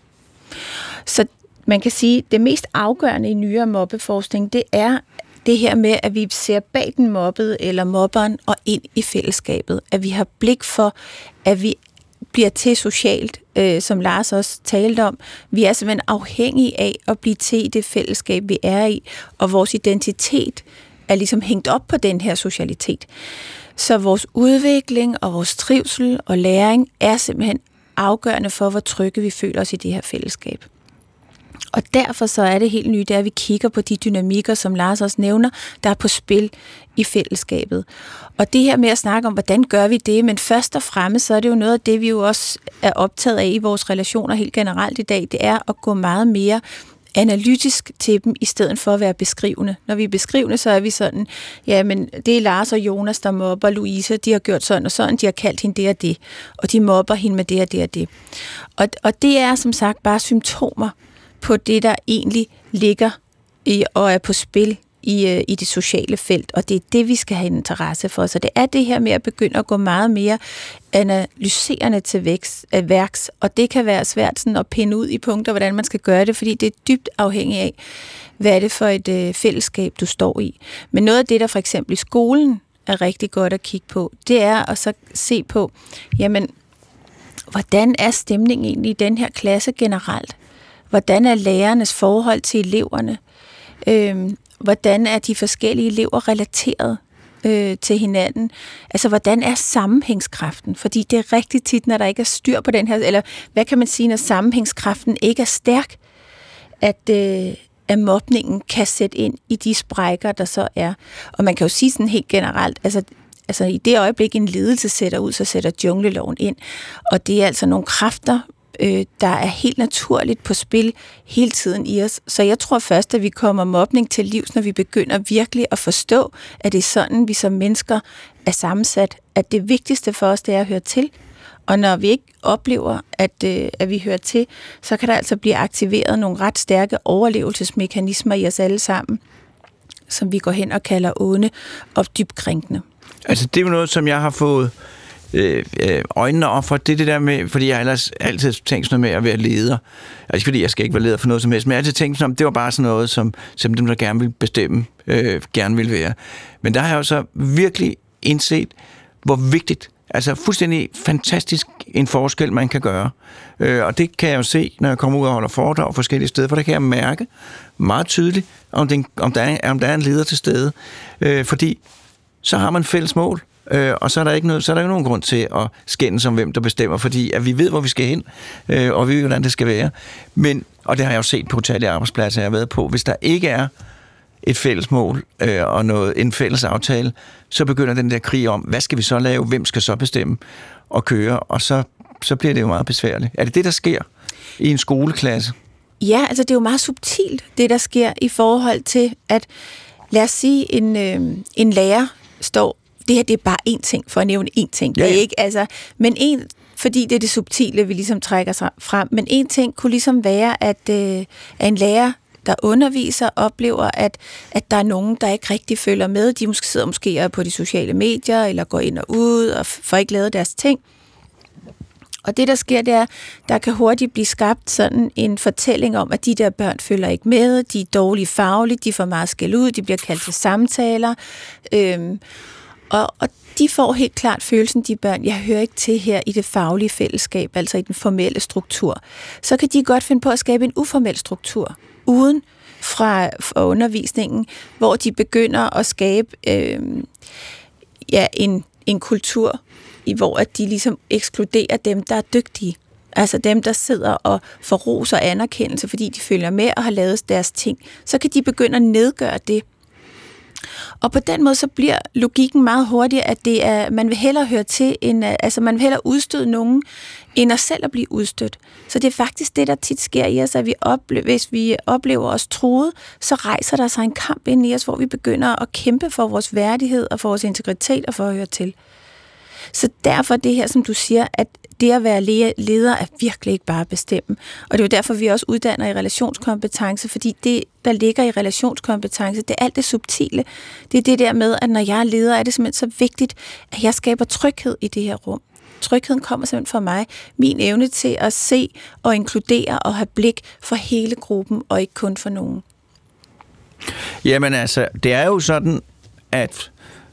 Så man kan sige, at det mest afgørende i nyere mobbeforskning, det er det her med, at vi ser bag den mobbede eller mobberen og ind i fællesskabet. At vi har blik for, at vi bliver til socialt, som Lars også talte om. Vi er simpelthen afhængige af at blive til i det fællesskab, vi er i, og vores identitet er ligesom hængt op på den her socialitet. Så vores udvikling og vores trivsel og læring er simpelthen afgørende for, hvor trygge vi føler os i det her fællesskab. Og derfor så er det helt nyt, at vi kigger på de dynamikker, som Lars også nævner, der er på spil i fællesskabet. Og det her med at snakke om, hvordan gør vi det, men først og fremmest, så er det jo noget af det, vi jo også er optaget af i vores relationer helt generelt i dag, det er at gå meget mere analytisk til dem, i stedet for at være beskrivende. Når vi er beskrivende, så er vi sådan, ja, men det er Lars og Jonas, der mobber Louise, de har gjort sådan og sådan, de har kaldt hende det og det, og de mobber hende med det og det og det. Og det er som sagt bare symptomer på det, der egentlig ligger i og er på spil i det sociale felt, og det er det, vi skal have interesse for. Så det er det her med at begynde at gå meget mere analyserende til værks, og det kan være svært sådan at pinde ud i punkter, hvordan man skal gøre det, fordi det er dybt afhængigt af, hvad er det for et fællesskab, du står i. Men noget af det, der for eksempel i skolen er rigtig godt at kigge på, det er at så se på, jamen, hvordan er stemningen egentlig i den her klasse generelt? Hvordan er lærernes forhold til eleverne? Hvordan er de forskellige elever relateret til hinanden? Altså, hvordan er sammenhængskraften? Fordi det er rigtig tit, når der ikke er styr på den her, eller hvad kan man sige, når sammenhængskraften ikke er stærk, at mobningen kan sætte ind i de sprækker, der så er. Og man kan jo sige sådan helt generelt, altså i det øjeblik, en ledelse sætter ud, så sætter jungleloven ind. Og det er altså nogle kræfter, der er helt naturligt på spil hele tiden i os. Så jeg tror først, at vi kommer mobning til livs, når vi begynder virkelig at forstå, at det er sådan, vi som mennesker er sammensat. At det vigtigste for os, det er at høre til. Og når vi ikke oplever, at vi hører til, så kan der altså blive aktiveret nogle ret stærke overlevelsesmekanismer i os alle sammen, som vi går hen og kalder onde og dybt krænkende. Altså, det er jo noget, som jeg har fået øjnene op for, det der med, fordi jeg ellers altid tænkt sådan noget med at være leder. Altså fordi jeg skal ikke være leder for noget som helst, men jeg har altid tænkt sådan, det var bare sådan noget, som dem, der gerne vil bestemme, gerne vil være. Men der har jeg jo så virkelig indset, hvor vigtigt, altså fuldstændig fantastisk en forskel, man kan gøre. Og det kan jeg jo se, når jeg kommer ud og holder foredrag forskellige steder, for der kan jeg mærke meget tydeligt, om der er en leder til stede. Fordi så har man fælles mål. Og så er der ikke nogen grund til at skændes om, hvem der bestemmer, fordi at vi ved, hvor vi skal hen, og vi ved, hvordan det skal være. Men, og det har jeg jo set på utallige arbejdspladser, jeg har været på, hvis der ikke er et fælles mål og en fælles aftale, så begynder den der krig om, hvad skal vi så lave, hvem skal så bestemme og køre, og så bliver det jo meget besværligt. Er det, der sker i en skoleklasse? Ja, altså det er jo meget subtilt, det der sker i forhold til, at lad os sige, en lærer står, det her det er bare én ting, for at nævne én ting. Det er ikke, altså, men fordi det er det subtile, vi ligesom trækker sig frem, men en ting kunne ligesom være, at en lærer, der underviser, oplever, at der er nogen, der ikke rigtig følger med. De sidder måske på de sociale medier, eller går ind og ud, og får ikke lavet deres ting. Og det, der sker, det er, der kan hurtigt blive skabt sådan en fortælling om, at de der børn følger ikke med, de er dårlige fagligt, de får meget skæld ud, de bliver kaldt til samtaler, og de får helt klart følelsen, de børn, jeg hører ikke til her i det faglige fællesskab, altså i den formelle struktur. Så kan de godt finde på at skabe en uformel struktur, uden fra undervisningen, hvor de begynder at skabe en kultur, hvor at de ligesom ekskluderer dem, der er dygtige. Altså dem, der sidder og får ros og anerkendelse, fordi de følger med og har lavet deres ting. Så kan de begynde at nedgøre det. Og på den måde, så bliver logikken meget hurtigere, at det er, man vil hellere høre til, altså man vil hellere udstøde nogen, end at selv at blive udstødt. Så det er faktisk det, der tit sker i os, at hvis vi oplever os truet, så rejser der sig en kamp ind i os, hvor vi begynder at kæmpe for vores værdighed og for vores integritet og for at høre til. Så derfor det her, som du siger, at det at være leder er virkelig ikke bare at bestemme. Og det er jo derfor, vi også uddanner i relationskompetence, fordi det, der ligger i relationskompetence, det er alt det subtile. Det er det der med, at når jeg er leder, er det simpelthen så vigtigt, at jeg skaber tryghed i det her rum. Trygheden kommer simpelthen fra mig. Min evne til at se og inkludere og have blik for hele gruppen, og ikke kun for nogen. Jamen altså, det er jo sådan, at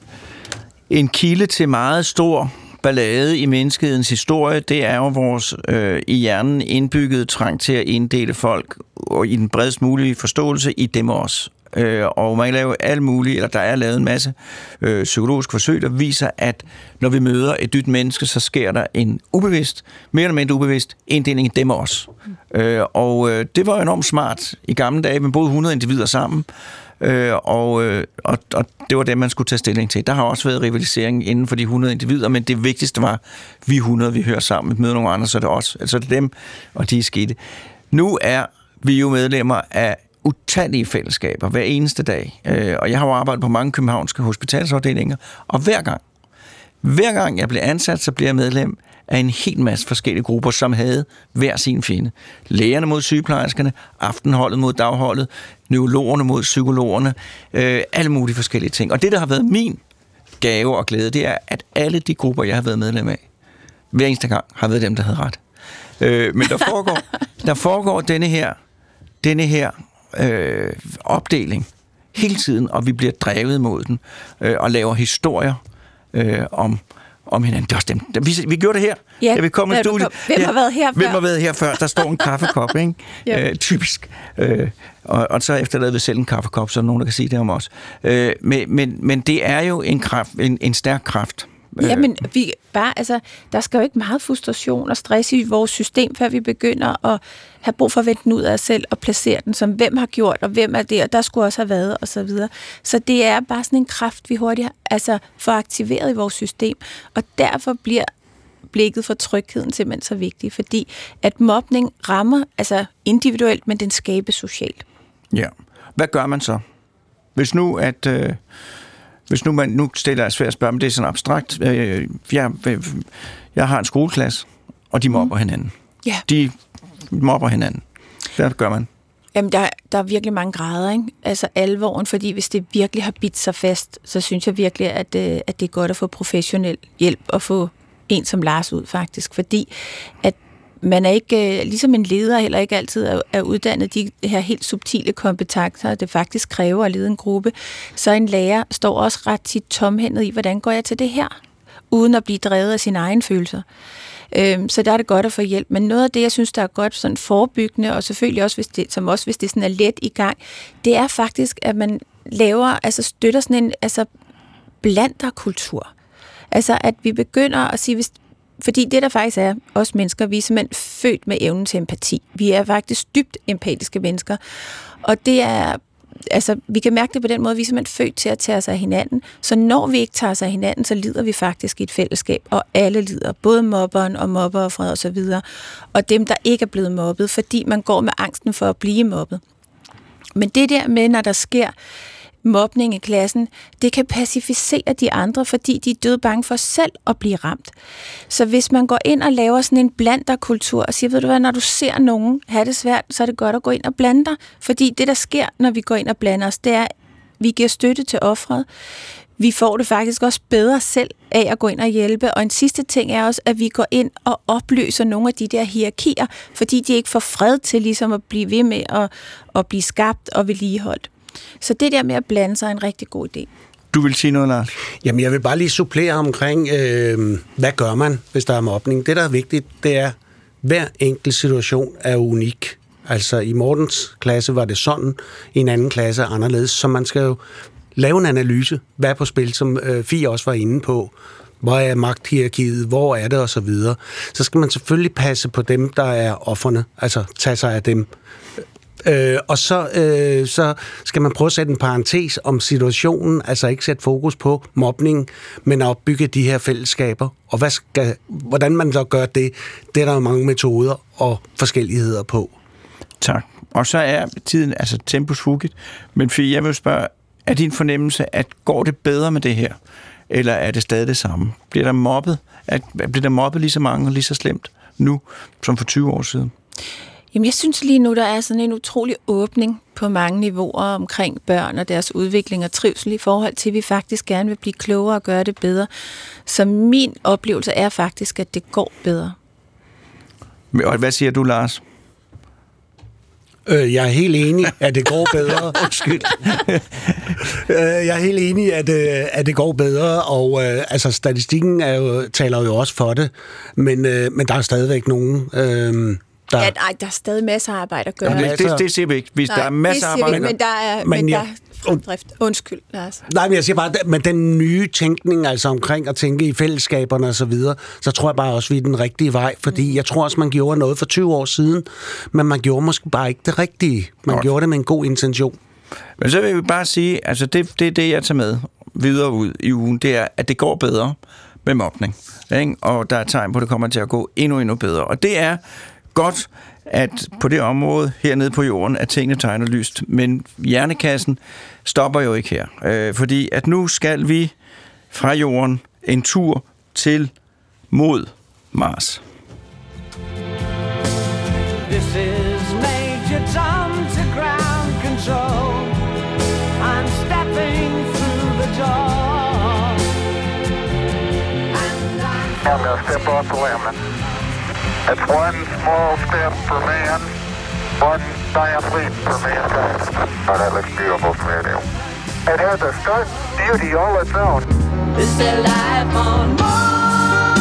en kilde til meget stor ballade i menneskehedens historie, det er jo vores i hjernen indbyggede trang til at inddele folk og i den bredest mulige forståelse i dem også. Og man kan lave alt muligt, eller der er lavet en masse psykologiske forsøg, der viser, at når vi møder et nyt menneske, så sker der en ubevidst, mere eller mindre ubevidst, inddeling i dem også. Og det var enormt smart i gamle dage, men boede 100 individer sammen, og det var det, man skulle tage stilling til. Der har også været rivalisering inden for de 100 individer, men det vigtigste var, vi 100, vi hører sammen, møder nogle andre, så er det os. Altså det er dem, og de er skidte. Nu er vi jo medlemmer af utallige fællesskaber hver eneste dag. Og jeg har jo arbejdet på mange københavnske hospitalsafdelinger, og hver gang jeg bliver ansat, så bliver jeg medlem af en hel masse forskellige grupper, som havde hver sin fjende. Lægerne mod sygeplejerskerne, aftenholdet mod dagholdet, neurologerne mod psykologerne, alle mulige forskellige ting. Og det, der har været min gave og glæde, det er, at alle de grupper, jeg har været medlem af, hver eneste gang har været dem, der havde ret. Men der foregår denne her opdeling hele tiden, og vi bliver drevet mod den, og laver historier om hinanden. Det er også dem. Vi gjorde det her. Ja, vi kom i studiet. Hvem har været her før? Hvem har været her før? Der står en kaffekop, ikke? Ja. Typisk. Og så efterlader vi selv en kaffekop, så nogen, der kan sige det om os. Men det er jo en kraft, en stærk kraft. Ja, men der skal jo ikke meget frustration og stress i vores system, før vi begynder at have brug for at vente den ud af os selv og placere den som, hvem har gjort, og hvem er det, og der skulle også have været, og så videre. Så det er bare sådan en kraft, vi hurtigt får aktiveret i vores system, og derfor bliver blikket for trygheden simpelthen så vigtigt, fordi at mobning rammer individuelt, men den skabes socialt. Ja. Hvad gør man så? Hvis nu nu stiller jeg svært spørgsmål, men det er sådan abstrakt. Jeg har en skoleklasse, og de mobber hinanden. Ja. De mobber hinanden. Hvad gør man? Jamen, der er virkelig mange grader, ikke? Altså alvoren, fordi hvis det virkelig har bidt sig fast, så synes jeg virkelig, at det er godt at få professionel hjælp og få en som Lars ud, faktisk. Fordi at man er ikke, ligesom en leder heller ikke altid er uddannet de her helt subtile kompetencer, det faktisk kræver at lede en gruppe, så en lærer står også ret tit tomhændet i, hvordan går jeg til det her, uden at blive drevet af sine egne følelser. Så der er det godt at få hjælp. Men noget af det, jeg synes, der er godt sådan forebyggende, og selvfølgelig også, hvis det sådan er let i gang, det er faktisk, at man støtter sådan en blanderkultur. Altså, at vi begynder at sige, fordi det, der faktisk er os mennesker, vi er simpelthen født med evnen til empati. Vi er faktisk dybt empatiske mennesker. Og det er, vi kan mærke det på den måde, vi er simpelthen født til at tage os af hinanden. Så når vi ikke tager os af hinanden, så lider vi faktisk i et fællesskab. Og alle lider, både mobberen og mobberofferet og så videre. Og dem, der ikke er blevet mobbet, fordi man går med angsten for at blive mobbet. Men det der med, når der sker mobning i klassen, det kan pacificere de andre, fordi de er døde bange for selv at blive ramt. Så hvis man går ind og laver sådan en blanderkultur og siger, ved du hvad, når du ser nogen have det svært, så er det godt at gå ind og blande dig, fordi det, der sker, når vi går ind og blander os, det er, vi giver støtte til offeret, vi får det faktisk også bedre selv af at gå ind og hjælpe. Og en sidste ting er også, at vi går ind og opløser nogle af de der hierarkier, fordi de ikke får fred til ligesom at blive ved med at blive skabt og vedligeholdt. Så det der med at blande sig er en rigtig god idé. Du vil sige noget, Lars? Jamen, jeg vil bare lige supplere omkring, hvad gør man, hvis der er mobning? Det, der er vigtigt, det er, hver enkelt situation er unik. Altså, i Mortens klasse var det sådan, i en anden klasse anderledes, så man skal jo lave en analyse, hvad er på spil, som Fie også var inde på. Hvor er magthierarkiet, hvor er det, og så videre. Så skal man selvfølgelig passe på dem, der er ofrene, altså tage sig af dem. Og så skal man prøve at sætte en parentes om situationen, altså ikke sætte fokus på mobning, men at opbygge de her fællesskaber. Og hvordan man så gør det, det er der jo mange metoder og forskelligheder på. Tak. Og så er tiden altså tempus fugit. Men Fie, jeg vil spørge, er din fornemmelse, at går det bedre med det her? Eller er det stadig det samme? Bliver der mobbet lige så mange og lige så slemt nu, som for 20 år siden? Jamen, jeg synes lige nu, der er sådan en utrolig åbning på mange niveauer omkring børn og deres udvikling og trivsel i forhold til, at vi faktisk gerne vil blive klogere og gøre det bedre. Så min oplevelse er faktisk, at det går bedre. Og hvad siger du, Lars? Jeg er helt enig, at det går bedre. Undskyld. Jeg er helt enig, at det går bedre, og altså statistikken taler jo også for det, men der er stadigvæk nogen, der... Ja, nej, der er stadig masser af arbejde at gøre. Jamen, det siger vi ikke. Hvis der er masser af arbejde... Men der er fremdrift. Undskyld, Lars. Nej, men jeg siger bare, at med den nye tænkning, altså omkring at tænke i fællesskaberne og så videre, så tror jeg bare også, vi er den rigtige vej, fordi jeg tror også, man gjorde noget for 20 år siden, men man gjorde måske bare ikke det rigtige. Man gjorde det med en god intention. Men så vil vi bare sige, altså det er det, jeg tager med videre ud i ugen, det er, at det går bedre med mobning. Ikke? Og der er tegn på, at det kommer til at gå endnu bedre. Og det er godt, at på det område hernede på jorden, at tingene tegner lyst. Men hjernekassen stopper jo ikke her. Fordi at nu skal vi fra jorden en tur til mod Mars. This is Major Tom to ground control. I'm stepping through the door. And I'm gonna step off the limb. It's one small step for man, one giant leap for mankind. Oh, that looks beautiful from here. It has a stark beauty all its own. Is there life on Mars?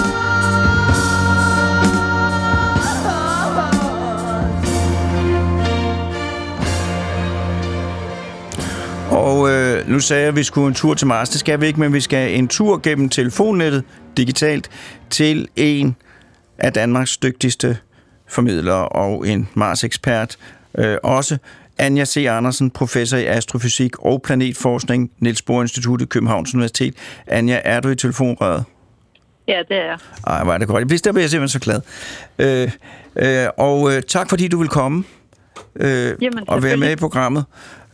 Og nu sagde jeg, at vi skulle en tur til Mars. Det skal vi ikke, men vi skal en tur gennem telefonnettet digitalt til en af Danmarks dygtigste formidlere og en Mars-ekspert. Også Anja C. Andersen, professor i astrofysik og planetforskning, Niels Bohr Institut i Københavns Universitet. Anja, er du i telefonrøret? Ja, det er jeg. Ej, var det godt. Der bliver jeg simpelthen så glad. Og tak, fordi du vil komme og være med i programmet.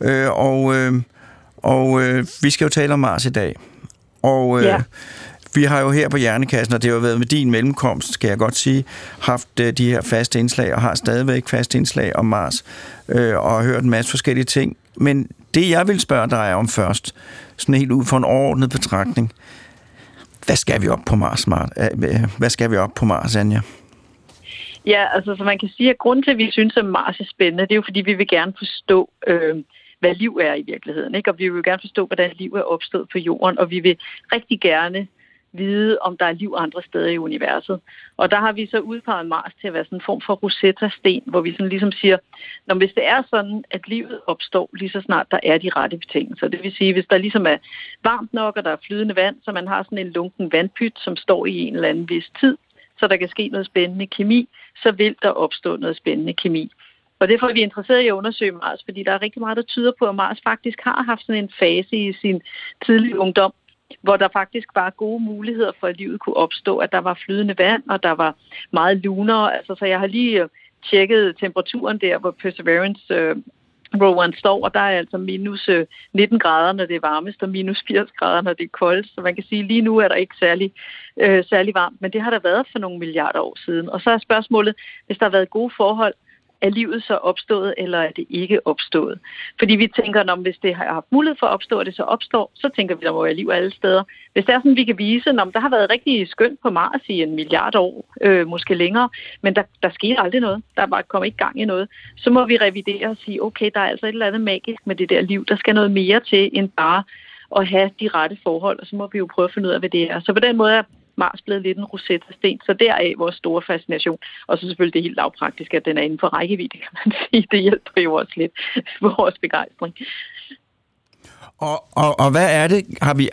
Vi skal jo tale om Mars i dag. Og vi har jo her på Hjernekassen, og det har jo været med din mellemkomst, skal jeg godt sige, haft de her faste indslag, og har stadigvæk faste indslag om Mars, og har hørt en masse forskellige ting. Men det, jeg vil spørge dig om først, sådan helt ud for en overordnet betragtning, hvad skal vi op på Mars, Hvad skal vi op på Mars, Anja? Ja, altså så man kan sige, at grunden til, at vi synes, at Mars er spændende, det er jo, fordi vi vil gerne forstå, hvad liv er i virkeligheden, ikke? Og vi vil gerne forstå, hvordan liv er opstået på jorden, og vi vil rigtig gerne vide, om der er liv andre steder i universet. Og der har vi så udpeget Mars til at være sådan en form for Rosetta-sten, hvor vi sådan ligesom siger, når hvis det er sådan, at livet opstår lige så snart der er de rette betingelser. Det vil sige, hvis der ligesom er varmt nok, og der er flydende vand, så man har sådan en lunken vandpyt, som står i en eller anden vis tid, så der kan ske noget spændende kemi, så vil der opstå noget spændende kemi. Og derfor er vi interesseret i at undersøge Mars, fordi der er rigtig meget, der tyder på, at Mars faktisk har haft sådan en fase i sin tidlige ungdom, hvor der faktisk var gode muligheder for, at livet kunne opstå, at der var flydende vand, og der var meget luner. Altså, så jeg har lige tjekket temperaturen der, hvor Perseverance roveren står, og der er altså minus 19 grader, når det er varmest, og minus 80 grader, når det er koldt. Så man kan sige, at lige nu er der ikke særlig varmt, men det har der været for nogle milliarder år siden. Og så er spørgsmålet, hvis der har været gode forhold, er livet så opstået, eller er det ikke opstået? Fordi vi tænker, at hvis det har haft mulighed for at opstå, og det så opstår, så tænker vi, der må være liv alle steder. Hvis det er sådan, vi kan vise, at der har været rigtig skønt på Mars i 1 milliard år, måske længere, men der sker aldrig noget. Der bare kommer ikke gang i noget. Så må vi revidere og sige, okay, der er altså et eller andet magisk med det der liv. Der skal noget mere til, end bare at have de rette forhold, og så må vi jo prøve at finde ud af, hvad det er. Så på den måde er Mars blevet lidt en Rosetta-sten, så deraf vores store fascination. Og så selvfølgelig det helt lavpraktiske, at den er inden for rækkevidde, kan man sige. Det hjælper jo også lidt på vores begejstring. Og hvad er det?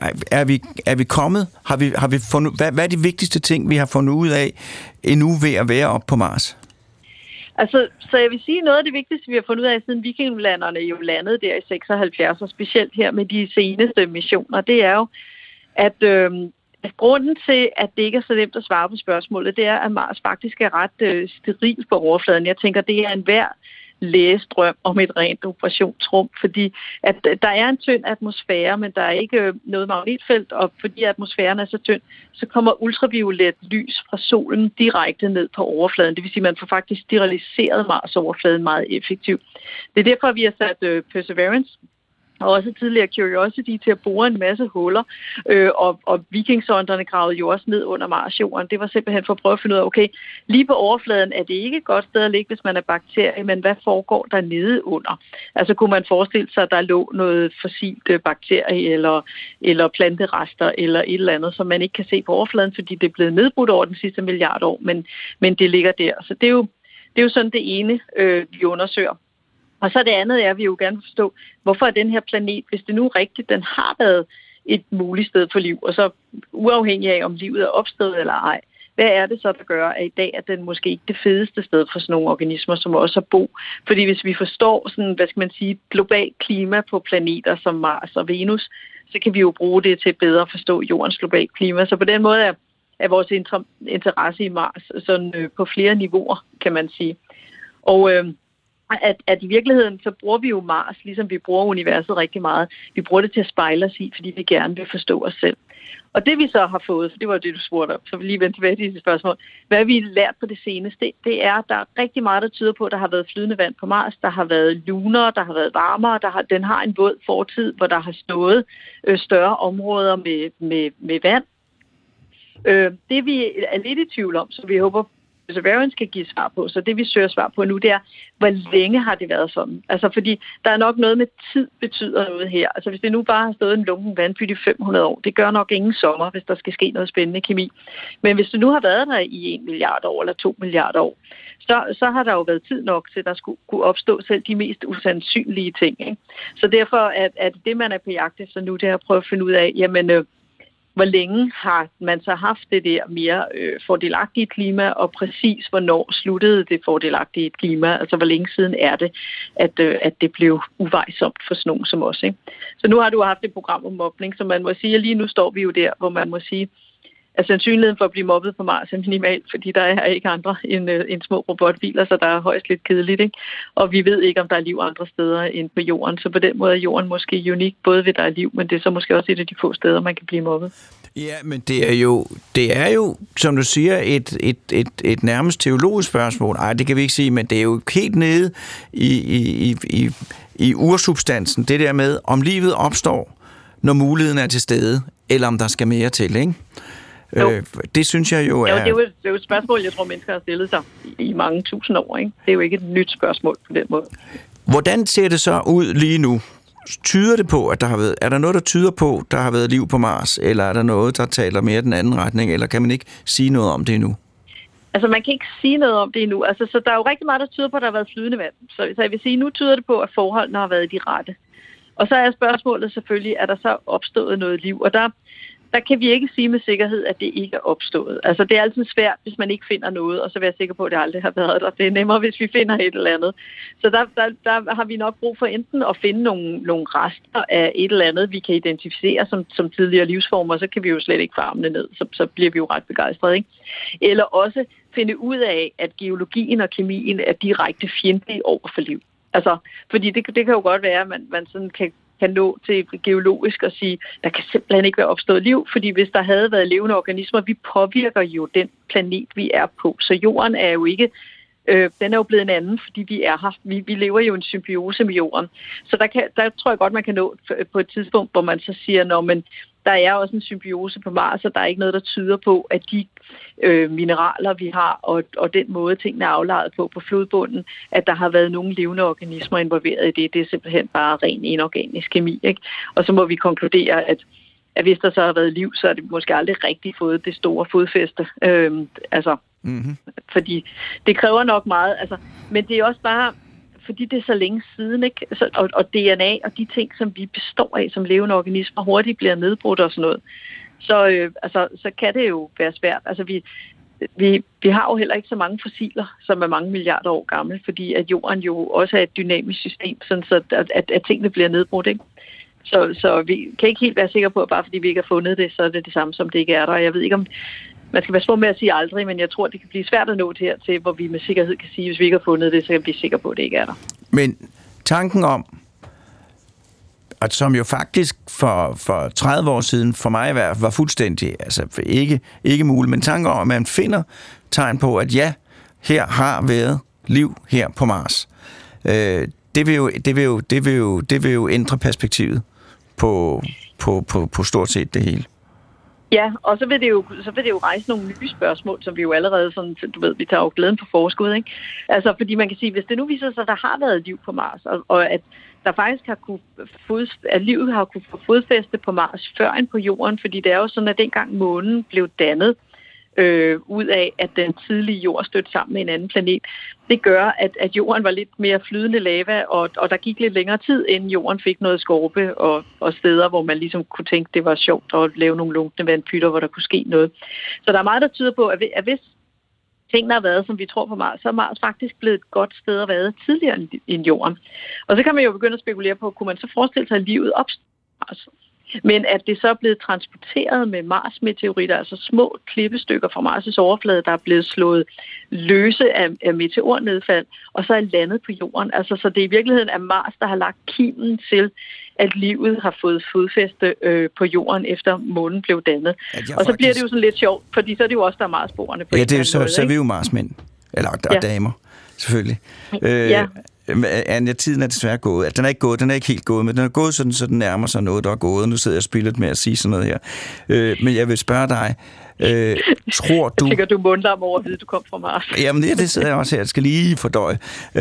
Er vi kommet? Har vi fundet? Hvad er de vigtigste ting, vi har fundet ud af endnu ved at være oppe på Mars? Altså, så jeg vil sige, noget af det vigtigste, vi har fundet ud af, siden vikinglanderne jo landede der i 76, og specielt her med de seneste missioner, det er jo, at grunden til, at det ikke er så nemt at svare på spørgsmålet, det er, at Mars faktisk er ret steril på overfladen. Jeg tænker, det er enhver lægestrøm om et rent operationsrum, fordi at der er en tynd atmosfære, men der er ikke noget magnetfelt, og fordi atmosfæren er så tynd, så kommer ultraviolet lys fra solen direkte ned på overfladen. Det vil sige, at man får faktisk steriliseret Mars-overfladen meget effektivt. Det er derfor, vi har sat Perseverance og også tidligere Curiosity til at bore en masse huller, og vikingsonderne gravede jo også ned under Mars-jorden. Det var simpelthen for at prøve at finde ud af, okay, lige på overfladen er det ikke et godt sted at ligge, hvis man er bakterie, men hvad foregår der nede under? Altså kunne man forestille sig, at der lå noget fossilt bakterie eller planterester eller et eller andet, som man ikke kan se på overfladen, fordi det er blevet nedbrudt over den sidste milliard år, men det ligger der. Så det er jo sådan det ene, vi undersøger. Og så det andet er, at vi jo gerne vil forstå, hvorfor er den her planet, hvis det nu er rigtigt, den har været et muligt sted for liv, og så uafhængig af, om livet er opstået eller ej, hvad er det så, der gør, at i dag er den måske ikke det fedeste sted for sådan nogle organismer, som også har bo? Fordi hvis vi forstår sådan, hvad skal man sige, globalt klima på planeter som Mars og Venus, så kan vi jo bruge det til bedre at forstå jordens globalt klima. Så på den måde er vores interesse i Mars sådan på flere niveauer, kan man sige. Og at i virkeligheden, så bruger vi jo Mars, ligesom vi bruger universet rigtig meget. Vi bruger det til at spejle os i, fordi vi gerne vil forstå os selv. Og det vi så har fået, for det var det, du spurgte om, så vi lige vende tilbage til disse spørgsmål. Hvad vi har lært på det seneste, det er, at der er rigtig meget, der tyder på, at der har været flydende vand på Mars. Der har været luner, der har været varmere, den har en våd fortid, hvor der har stået større områder med vand. Det vi er lidt i tvivl om, så vi håber, Perseverance skal give svar på. Så det, vi søger svar på nu, det er, hvor længe har det været sådan? Altså, fordi der er nok noget med tid betyder noget her. Altså, hvis det nu bare har stået en lunken vandpyt i 500 år, det gør nok ingen sommer, hvis der skal ske noget spændende kemi. Men hvis det nu har været der i 1 milliard år eller 2 milliarder år, så har der jo været tid nok til, at der skulle kunne opstå selv de mest usandsynlige ting. Ikke? Så derfor at det, man er på jagt efter nu, det er at prøve at finde ud af, jamen, hvor længe har man så haft det der mere fordelagtige klima, og præcis hvornår sluttede det fordelagtige klima? Altså hvor længe siden er det, at det blev uvejsomt for sådan nogen som os. Ikke? Så nu har du haft et program om mobning, så man må sige, at lige nu står vi jo der, hvor man må sige, at sandsynligheden for at blive mobbet på Mars er minimal, fordi der er ikke andre end små robotbiler, så der er højst lidt kedeligt. Ikke? Og vi ved ikke, om der er liv andre steder end på jorden. Så på den måde er jorden måske unik, både ved der er liv, men det er så måske også et af de få steder, man kan blive mobbet. Ja, men det er jo som du siger, et nærmest teologisk spørgsmål. Ej, det kan vi ikke sige, men det er jo helt nede i ursubstansen. Det der med, om livet opstår, når muligheden er til stede, eller om der skal mere til, ikke? Det synes jeg jo er... det er jo et spørgsmål, jeg tror, mennesker har stillet sig i mange tusind år. Ikke? Det er jo ikke et nyt spørgsmål på den måde. Hvordan ser det så ud lige nu? Tyder det på, at der har været... Er der noget, der tyder på, der har været liv på Mars? Eller er der noget, der taler mere den anden retning? Eller kan man ikke sige noget om det endnu? Altså, man kan ikke sige noget om det endnu. Altså, så der er jo rigtig meget, der tyder på, at der har været flydende vand. Så jeg vil sige, nu tyder det på, at forholdene har været de rette. Og så er spørgsmålet selvfølgelig, er der så opstået noget liv? Og der kan vi ikke sige med sikkerhed, at det ikke er opstået. Altså, det er altid svært, hvis man ikke finder noget, og så vil jeg sikker på, at det aldrig har været der. Det er nemmere, hvis vi finder et eller andet. Så der har vi nok brug for enten at finde nogle rester af et eller andet, vi kan identificere som tidligere livsformer, så kan vi jo slet ikke farme det ned. Så bliver vi jo ret begejstrede, ikke? Eller også finde ud af, at geologien og kemien er direkte fjendtlige over for liv. Altså, fordi det kan jo godt være, at man sådan kan nå til geologisk og sige, der kan simpelthen ikke være opstået liv, fordi hvis der havde været levende organismer, vi påvirker jo den planet, vi er på. Så jorden er jo ikke den er jo blevet en anden, fordi vi er her. Vi lever jo en symbiose med jorden. Så der tror jeg godt, man kan nå på et tidspunkt, hvor man så siger, men der er også en symbiose på Mars, og der er ikke noget, der tyder på, at de mineraler, vi har, og den måde, tingene er aflejet på flodbunden, at der har været nogle levende organismer involveret i det. Det er simpelthen bare ren inorganisk kemi, ikke? Og så må vi konkludere, at hvis der så har været liv, så er det måske aldrig rigtig fået det store fodfæste. Fordi det kræver nok meget. Men det er også bare, fordi det er så længe siden, ikke? Og DNA og de ting, som vi består af som levende organismer, hurtigt bliver nedbrudt og sådan noget. Så kan det jo være svært. Vi har jo heller ikke så mange fossiler, som er mange milliarder år gamle, fordi at jorden jo også er et dynamisk system, sådan så at tingene bliver nedbrudt, ikke? Så vi kan ikke helt være sikre på, at bare fordi vi ikke har fundet det, så er det det samme, som det ikke er der. Jeg ved ikke, om man skal være små med at sige aldrig, men jeg tror, det kan blive svært at nå til, hvor vi med sikkerhed kan sige, hvis vi ikke har fundet det, så kan vi blive sikre på, at det ikke er der. Men tanken om, at som jo faktisk for 30 år siden, for mig i hvert fald, var fuldstændig, ikke muligt, men tanken om, at man finder tegn på, at ja, her har været liv her på Mars. Det vil jo ændre perspektivet på stort set det hele. Ja, og så vil det jo rejse nogle nye spørgsmål, som vi jo allerede sådan, du ved, vi tager jo glæden på forskud, ikke? Fordi man kan sige, hvis det nu viser sig, at der har været liv på Mars, og at der faktisk at livet har kunne få fodfæste på Mars før end på Jorden, fordi det er jo sådan, at dengang månen blev dannet, ud af, at den tidlige jord stødte sammen med en anden planet. Det gør, at jorden var lidt mere flydende lava, og der gik lidt længere tid, inden jorden fik noget skorpe og steder, hvor man ligesom kunne tænke, det var sjovt at lave nogle lunkne vandpytter, hvor der kunne ske noget. Så der er meget, der tyder på, at hvis tingene har været, som vi tror på Mars, så er Mars faktisk blevet et godt sted at være tidligere end jorden. Og så kan man jo begynde at spekulere på, kunne man så forestille sig, at livet opstår på Mars? Men at det så er blevet transporteret med Mars-meteoritter, altså små klippestykker fra Mars' overflade, der er blevet slået løse af meteornedfald, og så er landet på jorden. Så det i virkeligheden er Mars, der har lagt kimen til, at livet har fået fodfæste på jorden, efter månen blev dannet. Og så bliver det jo sådan lidt sjovt, fordi så er det jo også, der er Marsboerne på. Ja, det er så er vi jo Marsmænd, eller damer, selvfølgelig. Anja, tiden er desværre gået. Den er ikke helt gået, men den er gået sådan, så den nærmer sig noget, der er gået. Nu sidder jeg og spiller med at sige sådan noget her. Men jeg vil spørge dig, tror du... Jeg tænker, du mundler om over at vide, at du kom fra Mars. Jamen, det sidder jeg også her. Jeg skal lige fordøje.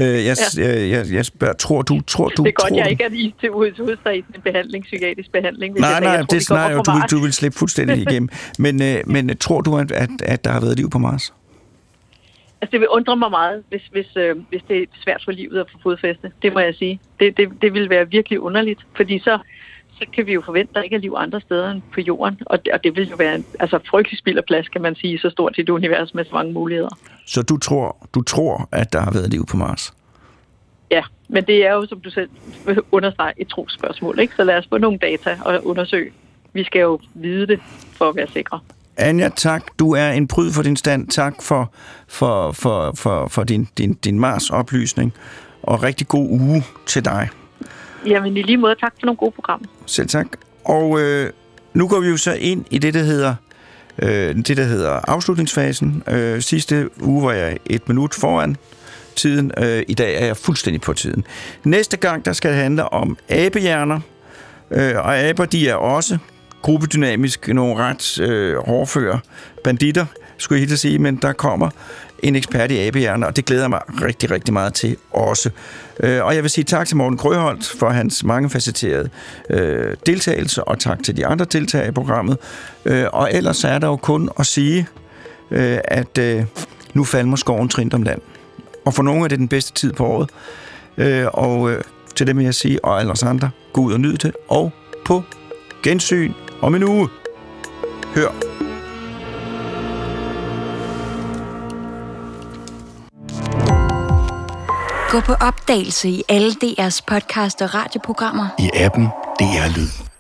Jeg spørger, tror du... Det er godt, jeg ikke er lige til hovedstad i en psykiatrisk behandling. Du vil slippe fuldstændig igennem. Men tror du, at der har været liv på Mars? Det vil undre mig meget, hvis det er svært for livet at få fodfæste. Det må jeg sige. Det vil være virkelig underligt, fordi så kan vi jo forvente, at der ikke er liv andre steder end på jorden. Og det vil jo være frygtelig spild af plads, kan man sige, så stort et univers med så mange muligheder. Så du tror, at der har været liv på Mars? Ja, men det er jo, som du selv understreger, et trosspørgsmål, ikke? Så lad os få nogle data og undersøge. Vi skal jo vide det for at være sikre. Anja, tak. Du er en pryd for din stand. Tak for din Mars-oplysning, og rigtig god uge til dig. Jamen i lige måde, tak for nogle gode programmer. Selv tak. Og nu går vi jo så ind i det, der hedder afslutningsfasen. Sidste uge var jeg 1 minut foran tiden. I dag er jeg fuldstændig på tiden. Næste gang, der skal det handle om abehjerner. Og aber, de er også gruppedynamisk, nogle ret hårdføre banditter, skulle jeg helt sige, men der kommer en ekspert i abehjerner, og det glæder mig rigtig, rigtig meget til også. Og jeg vil sige tak til Morten Grøholt for hans mangefacetterede deltagelse, og tak til de andre deltagere i programmet. Og ellers er der jo kun at sige, at nu falmer skoven trindt om land. Og for nogle er det den bedste tid på året. Og til dem vil jeg sige, og ellers andre, gå ud og nyd det, og på gensyn om en uge. Hør. Gå på opdagelse i alle DR's podcast og radioprogrammer. I appen DR Lyd.